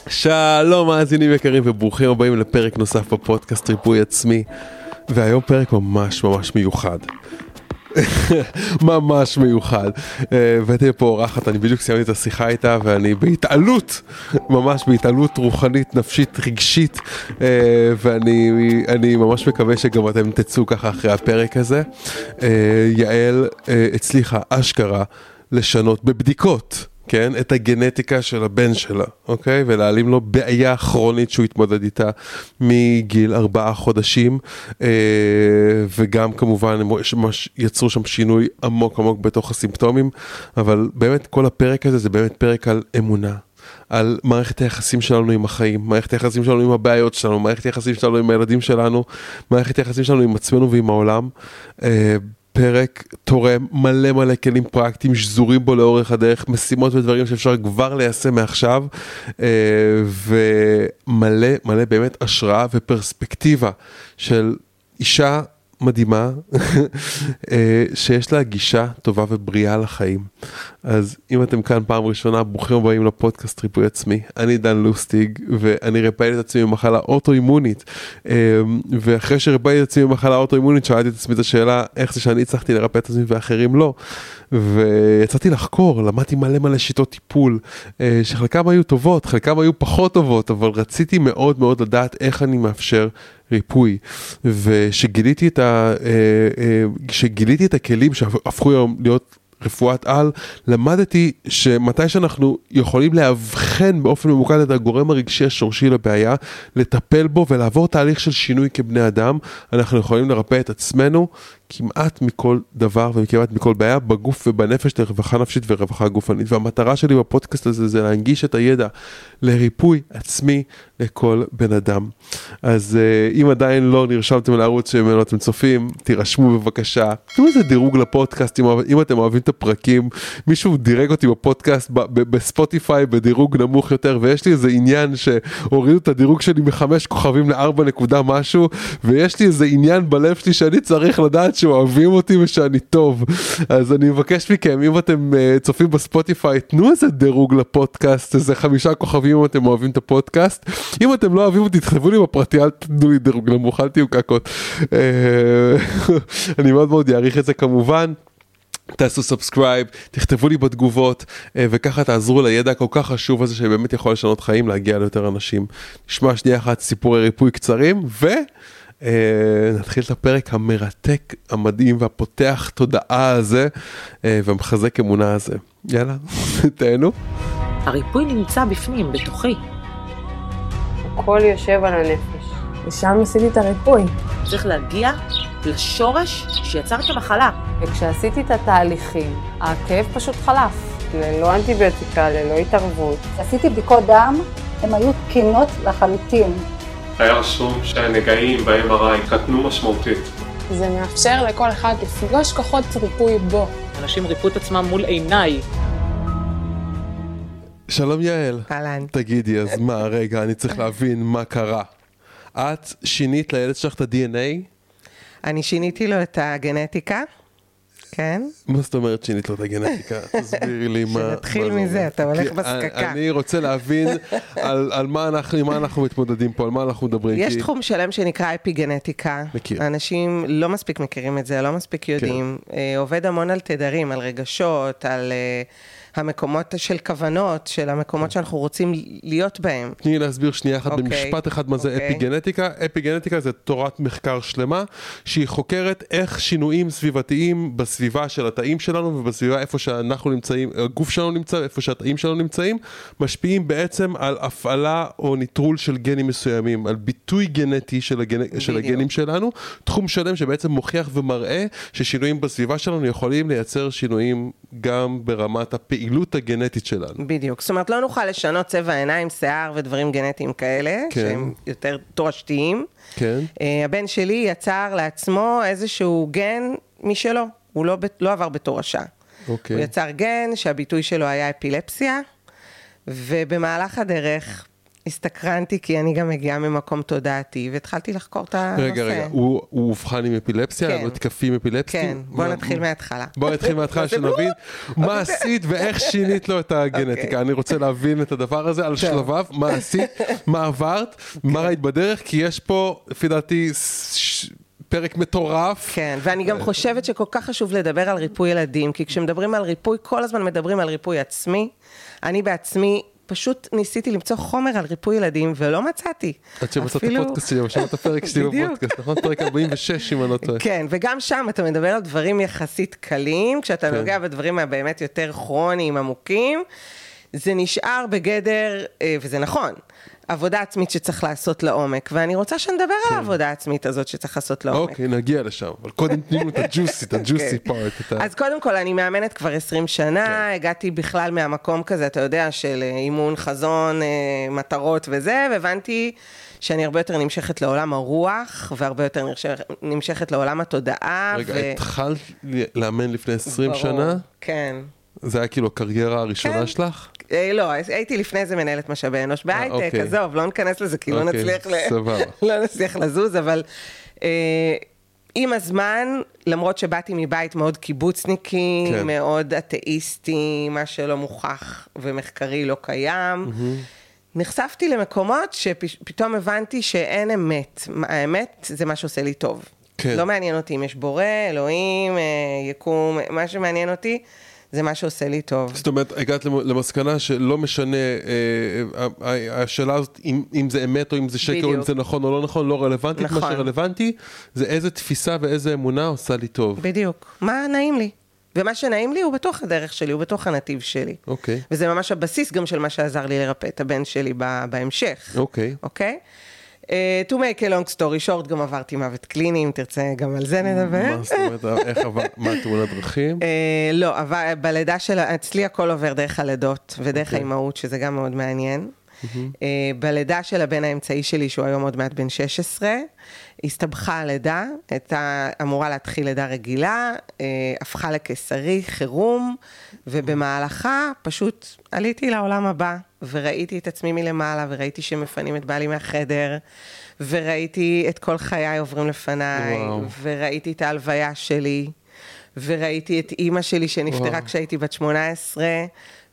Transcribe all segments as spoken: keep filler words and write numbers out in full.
שלום מאזינים יקרים וברוכים הבאים לפרק נוסף בפודקאסט ריפוי עצמי, והיום פרק ממש ממש מיוחד. ממש מיוחד. הבאתי לפה אורחת, אני בדיוק סיימתי את השיחה איתה ואני בהתעלות, ממש בהתעלות רוחנית, נפשית, רגשית, ואני אני ממש מקווה שגם אתם תצאו ככה אחרי הפרק הזה. יעל הצליחה אשכרה לשנות בבדיקות, כן, את הגנטיקה של הבן שלה, אוקיי? ולהעלים לו בעיה כרונית שהוא התמודד איתה מגיל ארבעה חודשים, אה, וגם כמובן הם יצרו שם שינוי עמוק עמוק בתוך הסימפטומים, אבל באמת כל הפרק הזה זה באמת פרק על אמונה, על מערכת היחסים שלנו עם החיים, מערכת היחסים שלנו עם הבעיות שלנו, מערכת היחסים שלנו עם הילדים שלנו, מערכת היחסים שלנו עם עצמנו ועם העולם. אה, פרק תורם מלא מלא כלים פרקטיים שזורים בו לאורך הדרך, משימות ודברים שאפשר כבר ליישם מעכשיו, ומלא מלא באמת השראה ופרספקטיבה של אישה מדהימה שיש לה גישה טובה ובריאה לחיים. אז אם אתם כאן פעם ראשונה, ברוכים הבאים לפודקאסט ריפוי עצמי. אני דן לוסטיג ואני רפאי את עצמי במחלה אוטואימונית, ואחרי שרפאי את עצמי במחלה אוטואימונית שאלתי את עצמי את השאלה איך זה שאני הצלחתי לרפא את עצמי ואחרים לא, ויצאתי לחקור, למדתי מלא מלא שיטות טיפול שחלקם היו טובות, חלקם היו פחות טובות, אבל רציתי מאוד מאוד לדעת איך אני מאפשר ריפוי. ושגיליתי את ה שגיליתי את הכלים שהפכו היום להיות רפואת על, למדתי שמתי שאנחנו יכולים להבחן באופן ממוקד את הגורם הרגשי השורשי לבעיה, לטפל בו ולעבור תהליך של שינוי כבני אדם, אנחנו יכולים לרפא את עצמנו כמעט מכל דבר וכמעט מכל בעיה בגוף ובנפש, לרווחה נפשית ורווחה גופנית. והמטרה שלי בפודקאסט הזה זה להנגיש את הידע לריפוי עצמי לכל בן אדם. אז uh, אם עדיין לא נרשמתם לערוץ שממנו אתם צופים, תירשמו בבקשה. תראו איזה דירוג לפודקאסט, אם, אם אתם אוהבים את הפרקים, מישהו דירג אותי בפודקאסט ב, ב, בספוטיפיי בדירוג נמוך יותר, ויש לי איזה עניין שהורידו את הדירוג שלי מחמש כוכבים לארבע נקודה משהו, ויש לי איזה עניין בלב שלי שאני צריך לדעת שאוהבים אותי ושאני טוב. אז אני מבקש מכם, אם אתם uh, צופים בספוטיפיי, תנו איזה דירוג לפודקאסט, איזה חמישה כוכבים אם אתם אוהבים את הפודקאסט. אם אתם לא אוהבים אותי, תכתבו לי בפרטי, אל תנו לי דירוג נמוך, אל תהיו קקות. אני מאוד מאוד יעריך את זה כמובן. תעשו סאבסקרייב, תכתבו לי בתגובות, וככה תעזרו לידע כל כך חשוב הזה שבאמת יכול לשנות חיים, להגיע ליותר אנשים. נשמע שנייה אחת סיפורי ריפוי קצרים, ו... נתחיל את הפרק המרתק, המדהים והפותח תודעה הזה, והמחזק אמונה הזה. יאללה, תהנו. הריפוי נמצא בפנים, בתוכי. הכל יושב על הנפש. ושם עשיתי את הריפוי. צריך להגיע לשורש שיצר את המחלה. וכשעשיתי את התהליכים, הכאב פשוט חלף. ללא אנטיביוטיקה, ללא התערבות. כשעשיתי בדיקות דם, הן היו תקינות לחלוטין. היה רשום שהנגעים ב-אם אר איי קטנו משמעותית. זה מאפשר לכל אחד לפגוש כוחות ריפוי בו. אנשים ריפו את עצמם מול עיניי. שלום יעל. אהלן. תגידי, אז מה, רגע, אני צריך להבין מה קרה. את שינית לילד שלך את ה-די אן איי? אני שיניתי לו את הגנטיקה, כן. מה זאת אומרת שינית לו את הגנטיקה? תסבירי לי מה... שנתחיל מזה, אתה הולך בסקקה. אני רוצה להבין על מה אנחנו מתמודדים פה, על מה אנחנו מדברים. יש תחום שלם שנקרא אפיגנטיקה. מכיר. אנשים לא מספיק מכירים את זה, לא מספיק יודעים. עובד המון על תדרים, על רגשות, על... המקומות של כוונות, של המקומות שאנחנו רוצים להיות בהם. תני להסביר שנייה אחת במשפט אחד מה זה אפיגנטיקה. אפיגנטיקה זה תורת מחקר שלמה, שהיא חוקרת איך שינויים סביבתיים בסביבה של התאים שלנו, ובסביבה איפה שאנחנו נמצאים, הגוף שלנו נמצא, איפה שהתאים שלנו נמצאים, משפיעים בעצם על הפעלה או ניטרול של גנים מסוימים, על ביטוי גנטי של, הגנ... של הגנים שלנו, תחום שלם שבעצם מוכיח ומראה ששינויים בסביבה שלנו יכולים לייצר שינויים גם ברמת הפעילות. הפעילות הגנטית שלנו. בדיוק. זאת אומרת, לא נוכל לשנות צבע עיניים, שיער ודברים גנטיים כאלה, כן. שהם יותר תורשתיים. כן. Uh, הבן שלי יצר לעצמו איזשהו גן משלו. הוא לא, לא עבר בתורשה. אוקיי. הוא יצר גן שהביטוי שלו היה אפילפסיה, ובמהלך הדרך הסתקרנתי כי אני גם מגיעה ממקום תודעתי, והתחלתי לחקור את הנושא. רגע, רגע, הוא הובחן עם אפילפסיה? כן. היה לו תקפים אפילפסיים? כן, בוא נתחיל מההתחלה. בוא נתחיל מההתחלה שנבין מה עשית ואיך שינית לו את הגנטיקה. אני רוצה להבין את הדבר הזה על שלביו, מה עשית, מה עברת, מה ראית בדרך, כי יש פה, לפי דעתי, פרק מטורף. כן, ואני גם חושבת שכל כך חשוב לדבר על ריפוי ילדים, כי כשמדברים על ריפוי, כל הזמן מדברים על ריפוי עצמי. אני בעצמי פשוט ניסיתי למצוא חומר על ריפוי ילדים, ולא מצאתי. עד שמצאת הפודקאסט שלי, שמעת הפרק שלי בפודקאסט, נכון? פרק ארבעים ושש, אם אני לא טועה. כן, וגם שם אתה מדבר על דברים יחסית קלים, כשאתה נוגע בדברים הבאמת יותר כרוניים, עמוקים, זה נשאר בגדר, וזה נכון, עבודה עצמית שצריך לעשות לעומק, ואני רוצה שנדבר על העבודה העצמית הזאת שצריך לעשות לעומק. אוקיי, נגיע לשם, אבל קודם תנינו את הג'וסי, את הג'וסי פארט. אז קודם כל, אני מאמנת כבר עשרים שנה, הגעתי בכלל מהמקום כזה, אתה יודע, של אימון, חזון, מטרות וזה, והבנתי שאני הרבה יותר נמשכת לעולם הרוח, והרבה יותר נמשכת לעולם התודעה. רגע, התחלת לאמן לפני עשרים שנה? כן. זה היה כאילו הקריירה הראשונה שלך? לא, הייתי לפני זה מנהלת משאבי אנוש בהייטק, עזוב, לא ניכנס לזה, כי לא נצליח לא נצליח לזוז, אבל עם הזמן, למרות שבאתי מבית מאוד קיבוצניקי, מאוד אתאיסטי, מה שלא מוכח ומחקרי לא קיים, נחשפתי למקומות שפתאום הבנתי שאין אמת. האמת זה מה שעושה לי טוב. לא מעניין אותי אם יש בורא, אלוהים, יקום, מה שמעניין אותי, זה מה שעושה לי טוב. זאת אומרת, הגעת למסקנה שלא משנה, השאלה הזאת, אם זה אמת או אם זה שקר, או אם זה נכון או לא נכון, לא רלוונטית, מה שרלוונטי, זה איזה תפיסה ואיזה אמונה עושה לי טוב. בדיוק. מה נעים לי? ומה שנעים לי הוא בתוך הדרך שלי, הוא בתוך הנתיב שלי. אוקיי. וזה ממש הבסיס גם של מה שעזר לי לרפא את הבן שלי בהמשך. אוקיי. אוקיי? To make a long story short, גם עברתי מוות קליני, אם תרצה, גם על זה נדבר. מה זאת אומרת, איך עבר, מה תאונת דרכים? לא, אבל בלידה של, אצלי הכל עובר דרך הלידות, ודרך האימהות, שזה גם מאוד מעניין. בלידה של הבן האמצעי שלי, שהוא היום עוד מעט בן שש עשרה, הסתבכה הלידה, הייתה אמורה להתחיל לידה רגילה, הפכה לקיסרי, חירום, ובמהלכה פשוט עליתי לעולם הבא, וראיתי את עצמי מלמעלה, וראיתי שמפנים את בעלי מהחדר, וראיתי את כל חיי עוברים לפניי, וואו. וראיתי את ההלוויה שלי, וראיתי את אימא שלי שנפטרה וואו. כשהייתי בת שמונה עשרה,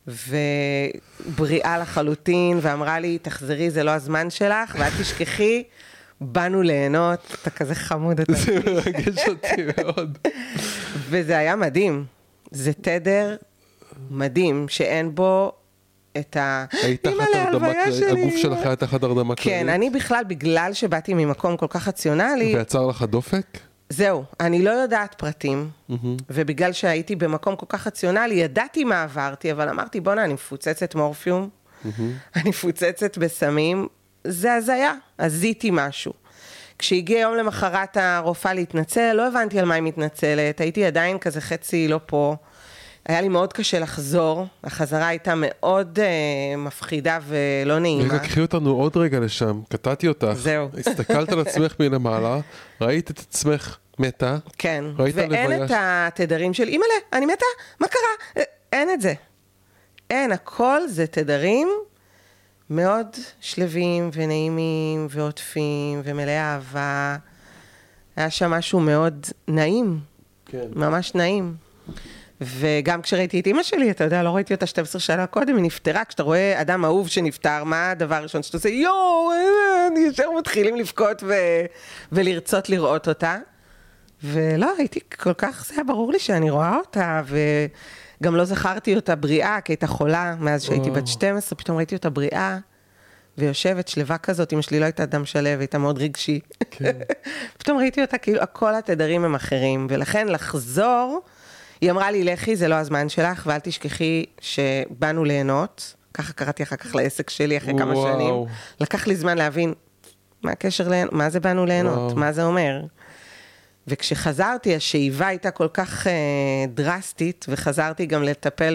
ובריאה לחלוטין, ואמרה לי, תחזרי, זה לא הזמן שלך, ואת תשכחי, באנו ליהנות, אתה כזה חמוד. אתה זה מרגש אותי מאוד. וזה היה מדהים, זה תדר מדהים, שאין בו את ה... היית תחת הרדמה, הגוף שלך היה תחת הרדמה כללית? כן, אני בכלל, בגלל שבאתי ממקום כל כך רציונלי... ויצר לך דופק? זהו, אני לא יודעת פרטים, ובגלל שהייתי במקום כל כך רציונלי, ידעתי מה עברתי, אבל אמרתי, בונה, אני מפוצצת מורפיום, אני מפוצצת בסמים, זה הזיה, עזיתי משהו. כשהגיע יום למחרת הרופאה להתנצל, לא הבנתי על מה היא מתנצלת, הייתי עדיין כזה חצי לא פה, היה לי מאוד קשה לחזור, החזרה הייתה מאוד uh, מפחידה ולא נעימה. רגע, קחי אותנו עוד רגע לשם, קטעתי אותך. זהו. הסתכלת על עצמך מלמעלה, ראית את עצמך מתה. כן, ואין לבייש. את התדרים של, אימא'לה, אני מתה, מה קרה? אין את זה. אין, הכל זה תדרים מאוד שלווים ונעימים ועוטפים ומלאי אהבה. היה שם משהו מאוד נעים, כן. ממש נעים. וגם כשראיתי את אמא שלי, אתה יודע, לא ראיתי אותה שתים עשרה שנה קודם, היא נפטרה, כשאתה רואה אדם אהוב שנפטר, מה הדבר הראשון שאתה עושה? יואו, אני ישר מתחילים לבכות ו... ולרצות לראות אותה. ולא, הייתי כל כך, זה היה ברור לי שאני רואה אותה, וגם לא זכרתי אותה בריאה, כי הייתה חולה, מאז שהייתי בת שתים עשרה, פתאום ראיתי אותה בריאה, ויושבת שלווה כזאת, אמא שלי לא הייתה אדם שלב, הייתה מאוד רגשי. כן. פתאום ראיתי אותה, כאילו, כל התדרים הם אחרים, ולכן לחזור, היא אמרה לי, לכי, זה לא הזמן שלך, ואל תשכחי שבאנו ליהנות, ככה קראתי אחר כך לעסק שלי אחרי כמה וואו. שנים, לקח לי זמן להבין, מה הקשר ליהנות, מה זה באנו ליהנות, וואו. מה זה אומר? וכשחזרתי, השאיבה הייתה כל כך אה, דרסטית, וחזרתי גם לטפל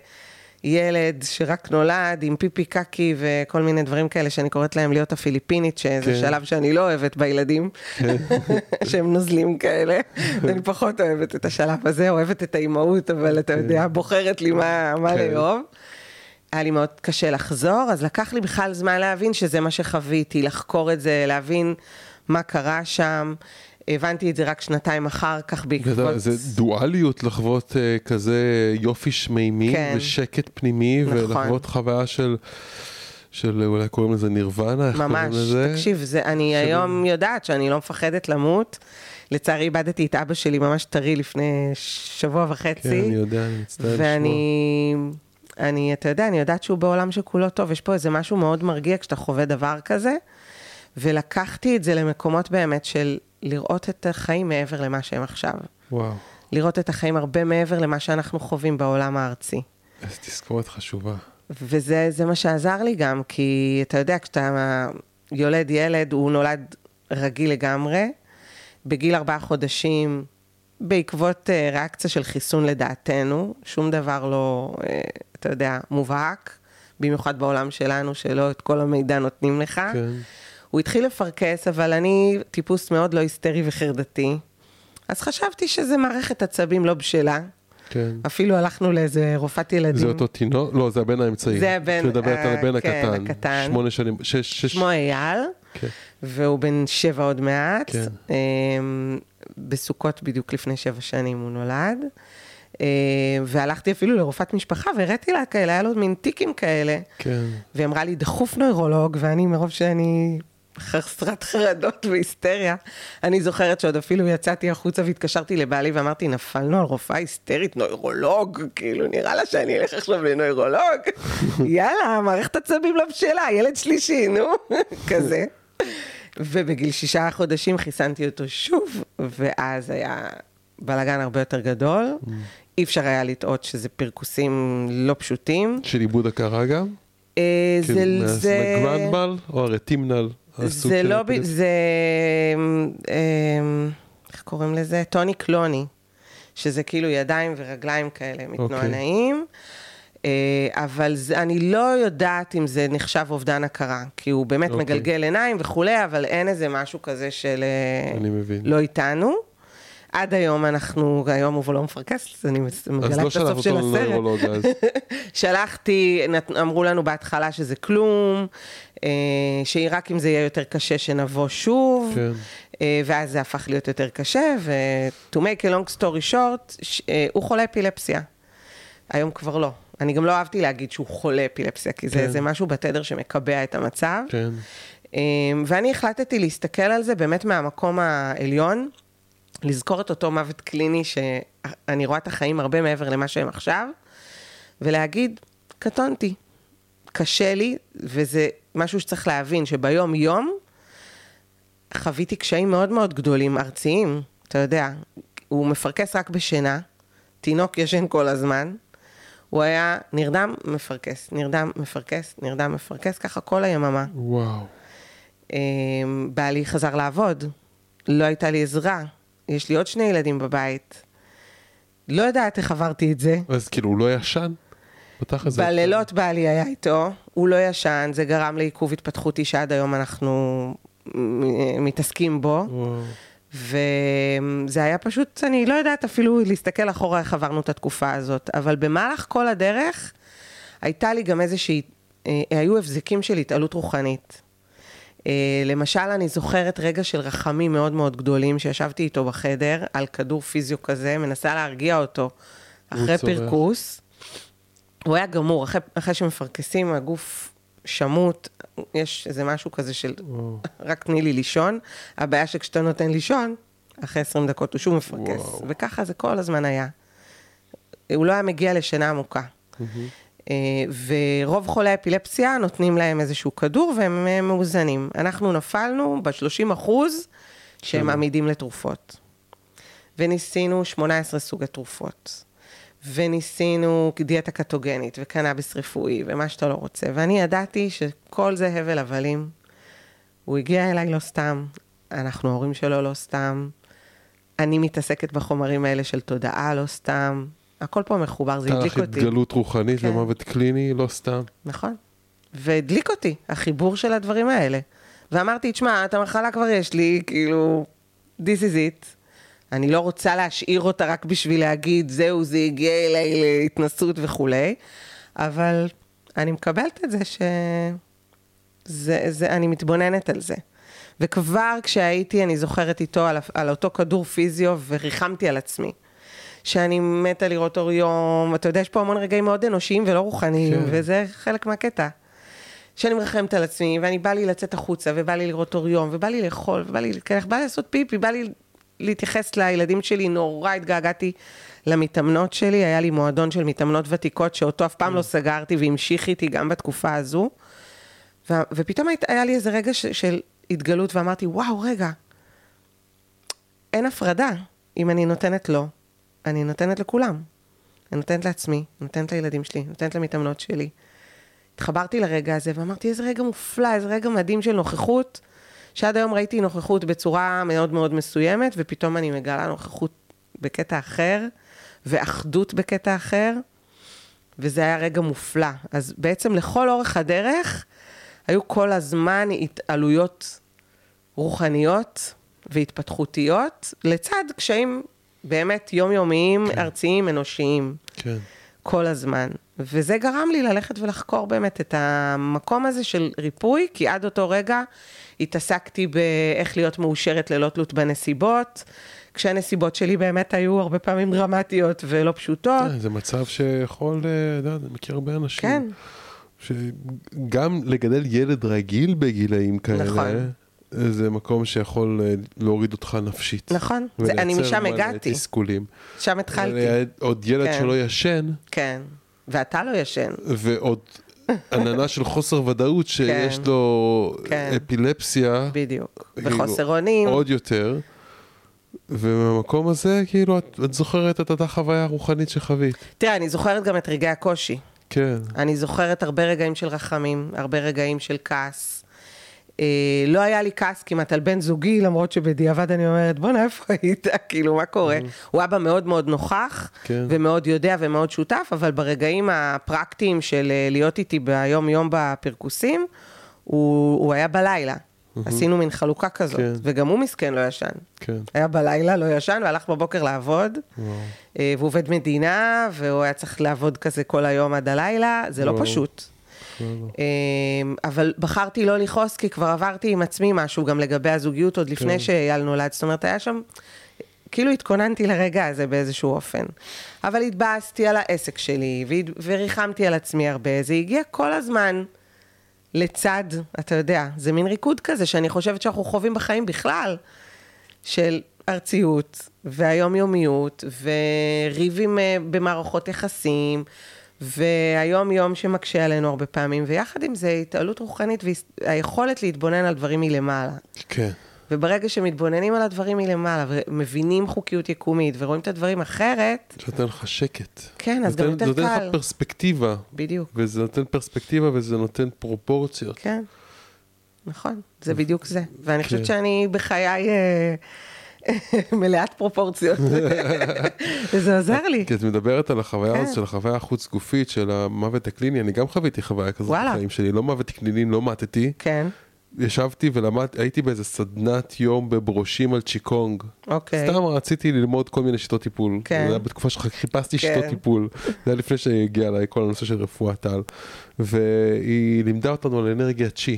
בילד שרק נולד, עם פיפי קקי וכל מיני דברים כאלה, שאני קוראת להם להיות הפיליפינית, שזה כן. שלב שאני לא אוהבת בילדים, כן. שהם נוזלים כאלה, ואני פחות אוהבת את השלב הזה, אוהבת את האימהות, אבל אתה יודע, בוחרת לי מה, מה כן. לאהוב. היה לי מאוד קשה לחזור, אז לקח לי בכלל זמן להבין שזה מה שחוויתי, לחקור את זה, להבין מה קרה שם. הבנתי את זה רק שנתיים אחר כך בעקבות... זה דואליות לחוות uh, כזה יופי שמימי כן. ושקט פנימי, נכון. ולחוות חוויה של, של אולי קוראים לזה נירוונה, איך ממש, קוראים לזה? תקשיב, זה, אני של... היום יודעת שאני לא מפחדת למות, לצערי איבדתי את אבא שלי ממש טרי לפני שבוע וחצי. כן, אני יודע, אני מצטער ואני... לשמוע. אני, אתה יודע, אני יודעת שהוא בעולם שכולו טוב, יש פה איזה משהו מאוד מרגיע כשאתה חווה דבר כזה, ולקחתי את זה למקומות באמת של לראות את החיים מעבר למה שהם עכשיו. וואו. לראות את החיים הרבה מעבר למה שאנחנו חווים בעולם הארצי. אז תזכורת חשובה. וזה זה מה שעזר לי גם, כי אתה יודע, כשאתה יולד ילד, הוא נולד רגיל לגמרי, בגיל ארבעה חודשים, בעקבות ריאקציה של חיסון לדעתנו, שום דבר לא, אתה יודע, מובהק, במיוחד בעולם שלנו, שלא את כל המידע נותנים לך. כן. הוא התחיל לפרקס, אבל אני טיפוס מאוד לא היסטרי וחרדתי, אז חשבתי שזה מערכת עצבים לא בשלה. כן. אפילו הלכנו לאיזה רופאת ילדים. זה אותו תינוק? לא, זה הבן האמצעי. זה הבן, מדברת על הבן כן, הקטן. הקטן. שמונה שנים, שש, שש. שמו אייל, כן. והוא בן שבע עוד מעט. כן. בסוכות בדיוק לפני שבע שנים הוא נולד. והלכתי אפילו לרופאת משפחה, והראיתי לה כאלה, היה לו מין טיקים כאלה. כן. והיא אמרה לי, דחוף נוירולוג, ואני מרוב שאני... חסרת חרדות והיסטריה. אני זוכרת שעוד אפילו יצאתי החוצה והתקשרתי לבעלי ואמרתי, נפלנו על רופאה היסטרית, נוירולוג, כאילו נראה לה שאני אלך עכשיו לנוירולוג. יאללה, מערכת עצבים לא בשלה, ילד שלישי, נו, כזה. ובגיל שישה חודשים חיסנתי אותו שוב, ואז היה בלגן הרבה יותר גדול. אי אפשר היה לטעות שזה פרקוסים לא פשוטים. של עיבוד הכרה גם? זה... גרנדמל או הרטימנל? זה לא, זה, איך קוראים לזה? טוני קלוני, שזה כאילו ידיים ורגליים כאלה מתנוענעים, אבל זה, אני לא יודעת אם זה נחשב אובדן הכרה, כי הוא באמת מגלגל עיניים וכולי, אבל אין איזה משהו כזה של לא איתנו. עד היום אנחנו, היום הוא לא מפרקס, אני מגלה את הסוף של הסרט. שלחתי, חתי, לנו בהתחלה שזה כלום, שהיא רק אם זה יהיה יותר קשה שנבוא שוב, ואז זה הפך להיות יותר קשה, ו-to make a long story short, הוא חולה אפילפסיה. היום כבר לא. אני גם לא אהבתי להגיד שהוא חולה אפילפסיה, כי זה משהו בתדר שמקבע את המצב. ואני החלטתי להסתכל על זה באמת מהמקום העליון, לזכור את אותו מוות קליני שאני רואה את החיים הרבה מעבר למה שהם עכשיו, ולהגיד, קטונתי, קשה לי, וזה משהו שצריך להבין, שביום יום חוויתי קשיים מאוד מאוד גדולים, ארציים, אתה יודע, הוא מפרקס רק בשינה, תינוק ישן כל הזמן, הוא היה נרדם, מפרקס, נרדם, מפרקס, נרדם, מפרקס, ככה כל היממה. וואו. בעלי חזר לעבוד, לא הייתה לי עזרה, יש לי עוד שני ילדים בבית, לא יודעת איך עברתי את זה. אז כאילו הוא לא ישן? בלילות בעלי היה איתו, הוא לא ישן, זה גרם לעיכוב התפתחותי שעד היום אנחנו מתעסקים בו, וזה היה פשוט, אני לא יודעת אפילו להסתכל אחורה איך עברנו את התקופה הזאת, אבל במהלך כל הדרך, הייתה לי גם איזושהי, היו הבזקים של התעלות רוחנית. למשל, אני זוכרת רגע של רחמים מאוד מאוד גדולים, שישבתי איתו בחדר, על כדור פיזיו כזה, מנסה להרגיע אותו, אחרי פרקוס. הוא היה גמור, אחרי, אחרי שמפרקסים, הגוף שמות, יש איזה משהו כזה של, וואו. רק תני לי לישון, הבעיה שכשאתה נותן לישון, אחרי עשרים דקות הוא שוב מפרקס, וואו. וככה זה כל הזמן היה. הוא לא היה מגיע לשינה עמוקה. Mm-hmm. ורוב חולי אפילפסיה נותנים להם איזשהו כדור, והם מאוזנים. אנחנו נפלנו ב-שלושים אחוז שהם עמידים לתרופות. וניסינו שמונה עשרה סוגי תרופות. וניסינו דיאטה קטוגנית, וקנאביס רפואי, ומה שאתה לא רוצה. ואני ידעתי שכל זה הבל הבלים. הוא הגיע אליי לא סתם, אנחנו ההורים שלו לא סתם, אני מתעסקת בחומרים האלה של תודעה לא סתם, הכל פה מחובר, זה הדליק אותי. התגלות רוחנית כן. למוות קליני, לא סתם. נכון. והדליק אותי, החיבור של הדברים האלה. ואמרתי, תשמע, את המחלה כבר יש לי, כאילו, this is it. אני לא רוצה להשאיר אותה רק בשביל להגיד, זהו, זה הגיע אליי להתנסות וכולי, אבל אני מקבלת את זה ש... זה, זה, אני מתבוננת על זה. וכבר כשהייתי, אני זוכרת איתו על, על אותו כדור פיזיו, וריחמתי על עצמי. שאני מתה לראות אור יום, אתה יודע, יש פה המון רגעים מאוד אנושיים ולא רוחניים, כן. וזה חלק מהקטע. שאני מרחמת על עצמי, ואני בא לי לצאת החוצה, ובא לי לראות אור יום, ובא לי לאכול, ובא לי, בא לי לעשות פיפי, בא לי להתייחס לילדים שלי, נורא התגעגעתי למתאמנות שלי, היה לי מועדון של מתאמנות ותיקות, שאותו אף פעם לא סגרתי, והמשיך איתי גם בתקופה הזו, ו- ופתאום היה לי איזה רגע ש- של התגלות, ואמרתי, וואו, רגע, אין הפרדה, אם אני נותנת לו, אני נותנת לכולם, אני נותנת לעצמי, אני נותנת לילדים שלי, אני נותנת למתאמנות שלי, התחברתי לרגע הזה, ואמרתי, איזה רגע מופלא, איזה רגע מדהים של נוכחות, שעד היום ראיתי נוכחות בצורה מאוד מאוד מסוימת, ופתאום אני מגלה נוכחות בקטע אחר, ואחדות בקטע אחר, וזה היה רגע מופלא. אז בעצם לכל אורך הדרך, היו כל הזמן התעלויות רוחניות והתפתחותיות, לצד קשיים באמת יומיומיים, כן. ארציים, אנושיים. כן. כל הזמן. וזה גרם לי ללכת ולחקור באמת את המקום הזה של ריפוי, כי עד אותו רגע התעסקתי באיך להיות מאושרת ללא תלות בנסיבות, כשהנסיבות שלי באמת היו הרבה פעמים דרמטיות ולא פשוטות. זה מצב שיכול, אני מכיר הרבה אנשים. כן. שגם לגדל ילד רגיל בגילאים כאלה, נכון. זה מקום שיכול להוריד אותך נפשית. נכון, זה, אני משם הגעתי. תסכולים. שם התחלתי. עוד ילד כן. שלא ישן. כן, ואתה לא ישן. ועוד עננה של חוסר ודאות שיש כן. לו כן. אפילפסיה. בדיוק, כאילו, וחוסר אונים. עוד יותר. ובמקום הזה, כאילו, את, את זוכרת את אותה חוויה רוחנית שחווית. תראה, אני זוכרת גם את רגעי הקושי. כן. אני זוכרת הרבה רגעים של רחמים, הרבה רגעים של כעס. אה, לא היה לי כעס כמעט על בן זוגי, למרות שבדיעבד אני אומרת, בוא נאיפה היית, כאילו, מה קורה? הוא אבא מאוד מאוד נוכח, כן. ומאוד יודע ומאוד שותף, אבל ברגעים הפרקטיים של להיות איתי ביום יום בפרקוסים, הוא, הוא היה בלילה. עשינו מין חלוקה כזאת, כן. וגם הוא מסכן לא ישן. כן. היה בלילה לא ישן, והלך בבוקר לעבוד, וואו. והוא עובד מדינה, והוא היה צריך לעבוד כזה כל היום עד הלילה, זה וואו. לא פשוט. וואו. אבל בחרתי לא לכעוס, כי כבר עברתי עם עצמי משהו, גם לגבי הזוגיות, עוד לפני כן. שאייל נולד, זאת אומרת, היה שם, כאילו התכוננתי לרגע הזה באיזשהו אופן. אבל התבאסתי על העסק שלי, וריחמתי על עצמי הרבה, זה הגיע כל הזמן, לצד, אתה יודע, זה מין ריקוד כזה, שאני חושבת שאנחנו חווים בחיים בכלל, של ארציות, והיומיומיות, וריבים במערכות יחסים, והיום יום שמקשה עלינו הרבה פעמים, ויחד עם זה התעלות רוחנית, והיכולת להתבונן על דברים מלמעלה. כן. וברגע שמתבוננים על הדברים מלמעלה, ומבינים חוקיות יקומית, ורואים את הדברים אחרת... זה נותן לך שקט. כן, אז גם יותר קל. זה נותן לך פרספקטיבה. בדיוק. וזה נותן פרספקטיבה, וזה נותן פרופורציות. כן, נכון. זה בדיוק זה. ואני חושבת שאני בחיי מלאת פרופורציות. וזה עוזר לי. כי את מדברת על החוויה הזאת, של החוויה החוץ גופית, של המוות הקליני. אני גם חוויתי חוויה כזאת בחיים שלי. לא מוות קליני, לא מתתי. כן. ישבתי ולמדתי, הייתי באיזה סדנת יום בברושים על צ'יקונג. אוקיי. סתם רציתי ללמוד כל מיני שיטות טיפול. כן. זה היה בתקופה שחיפשתי שיטות טיפול. זה היה לפני שהגיע אליי כל הנושא של רפואה טל. והיא לימדה אותנו על אנרגיה צ'י.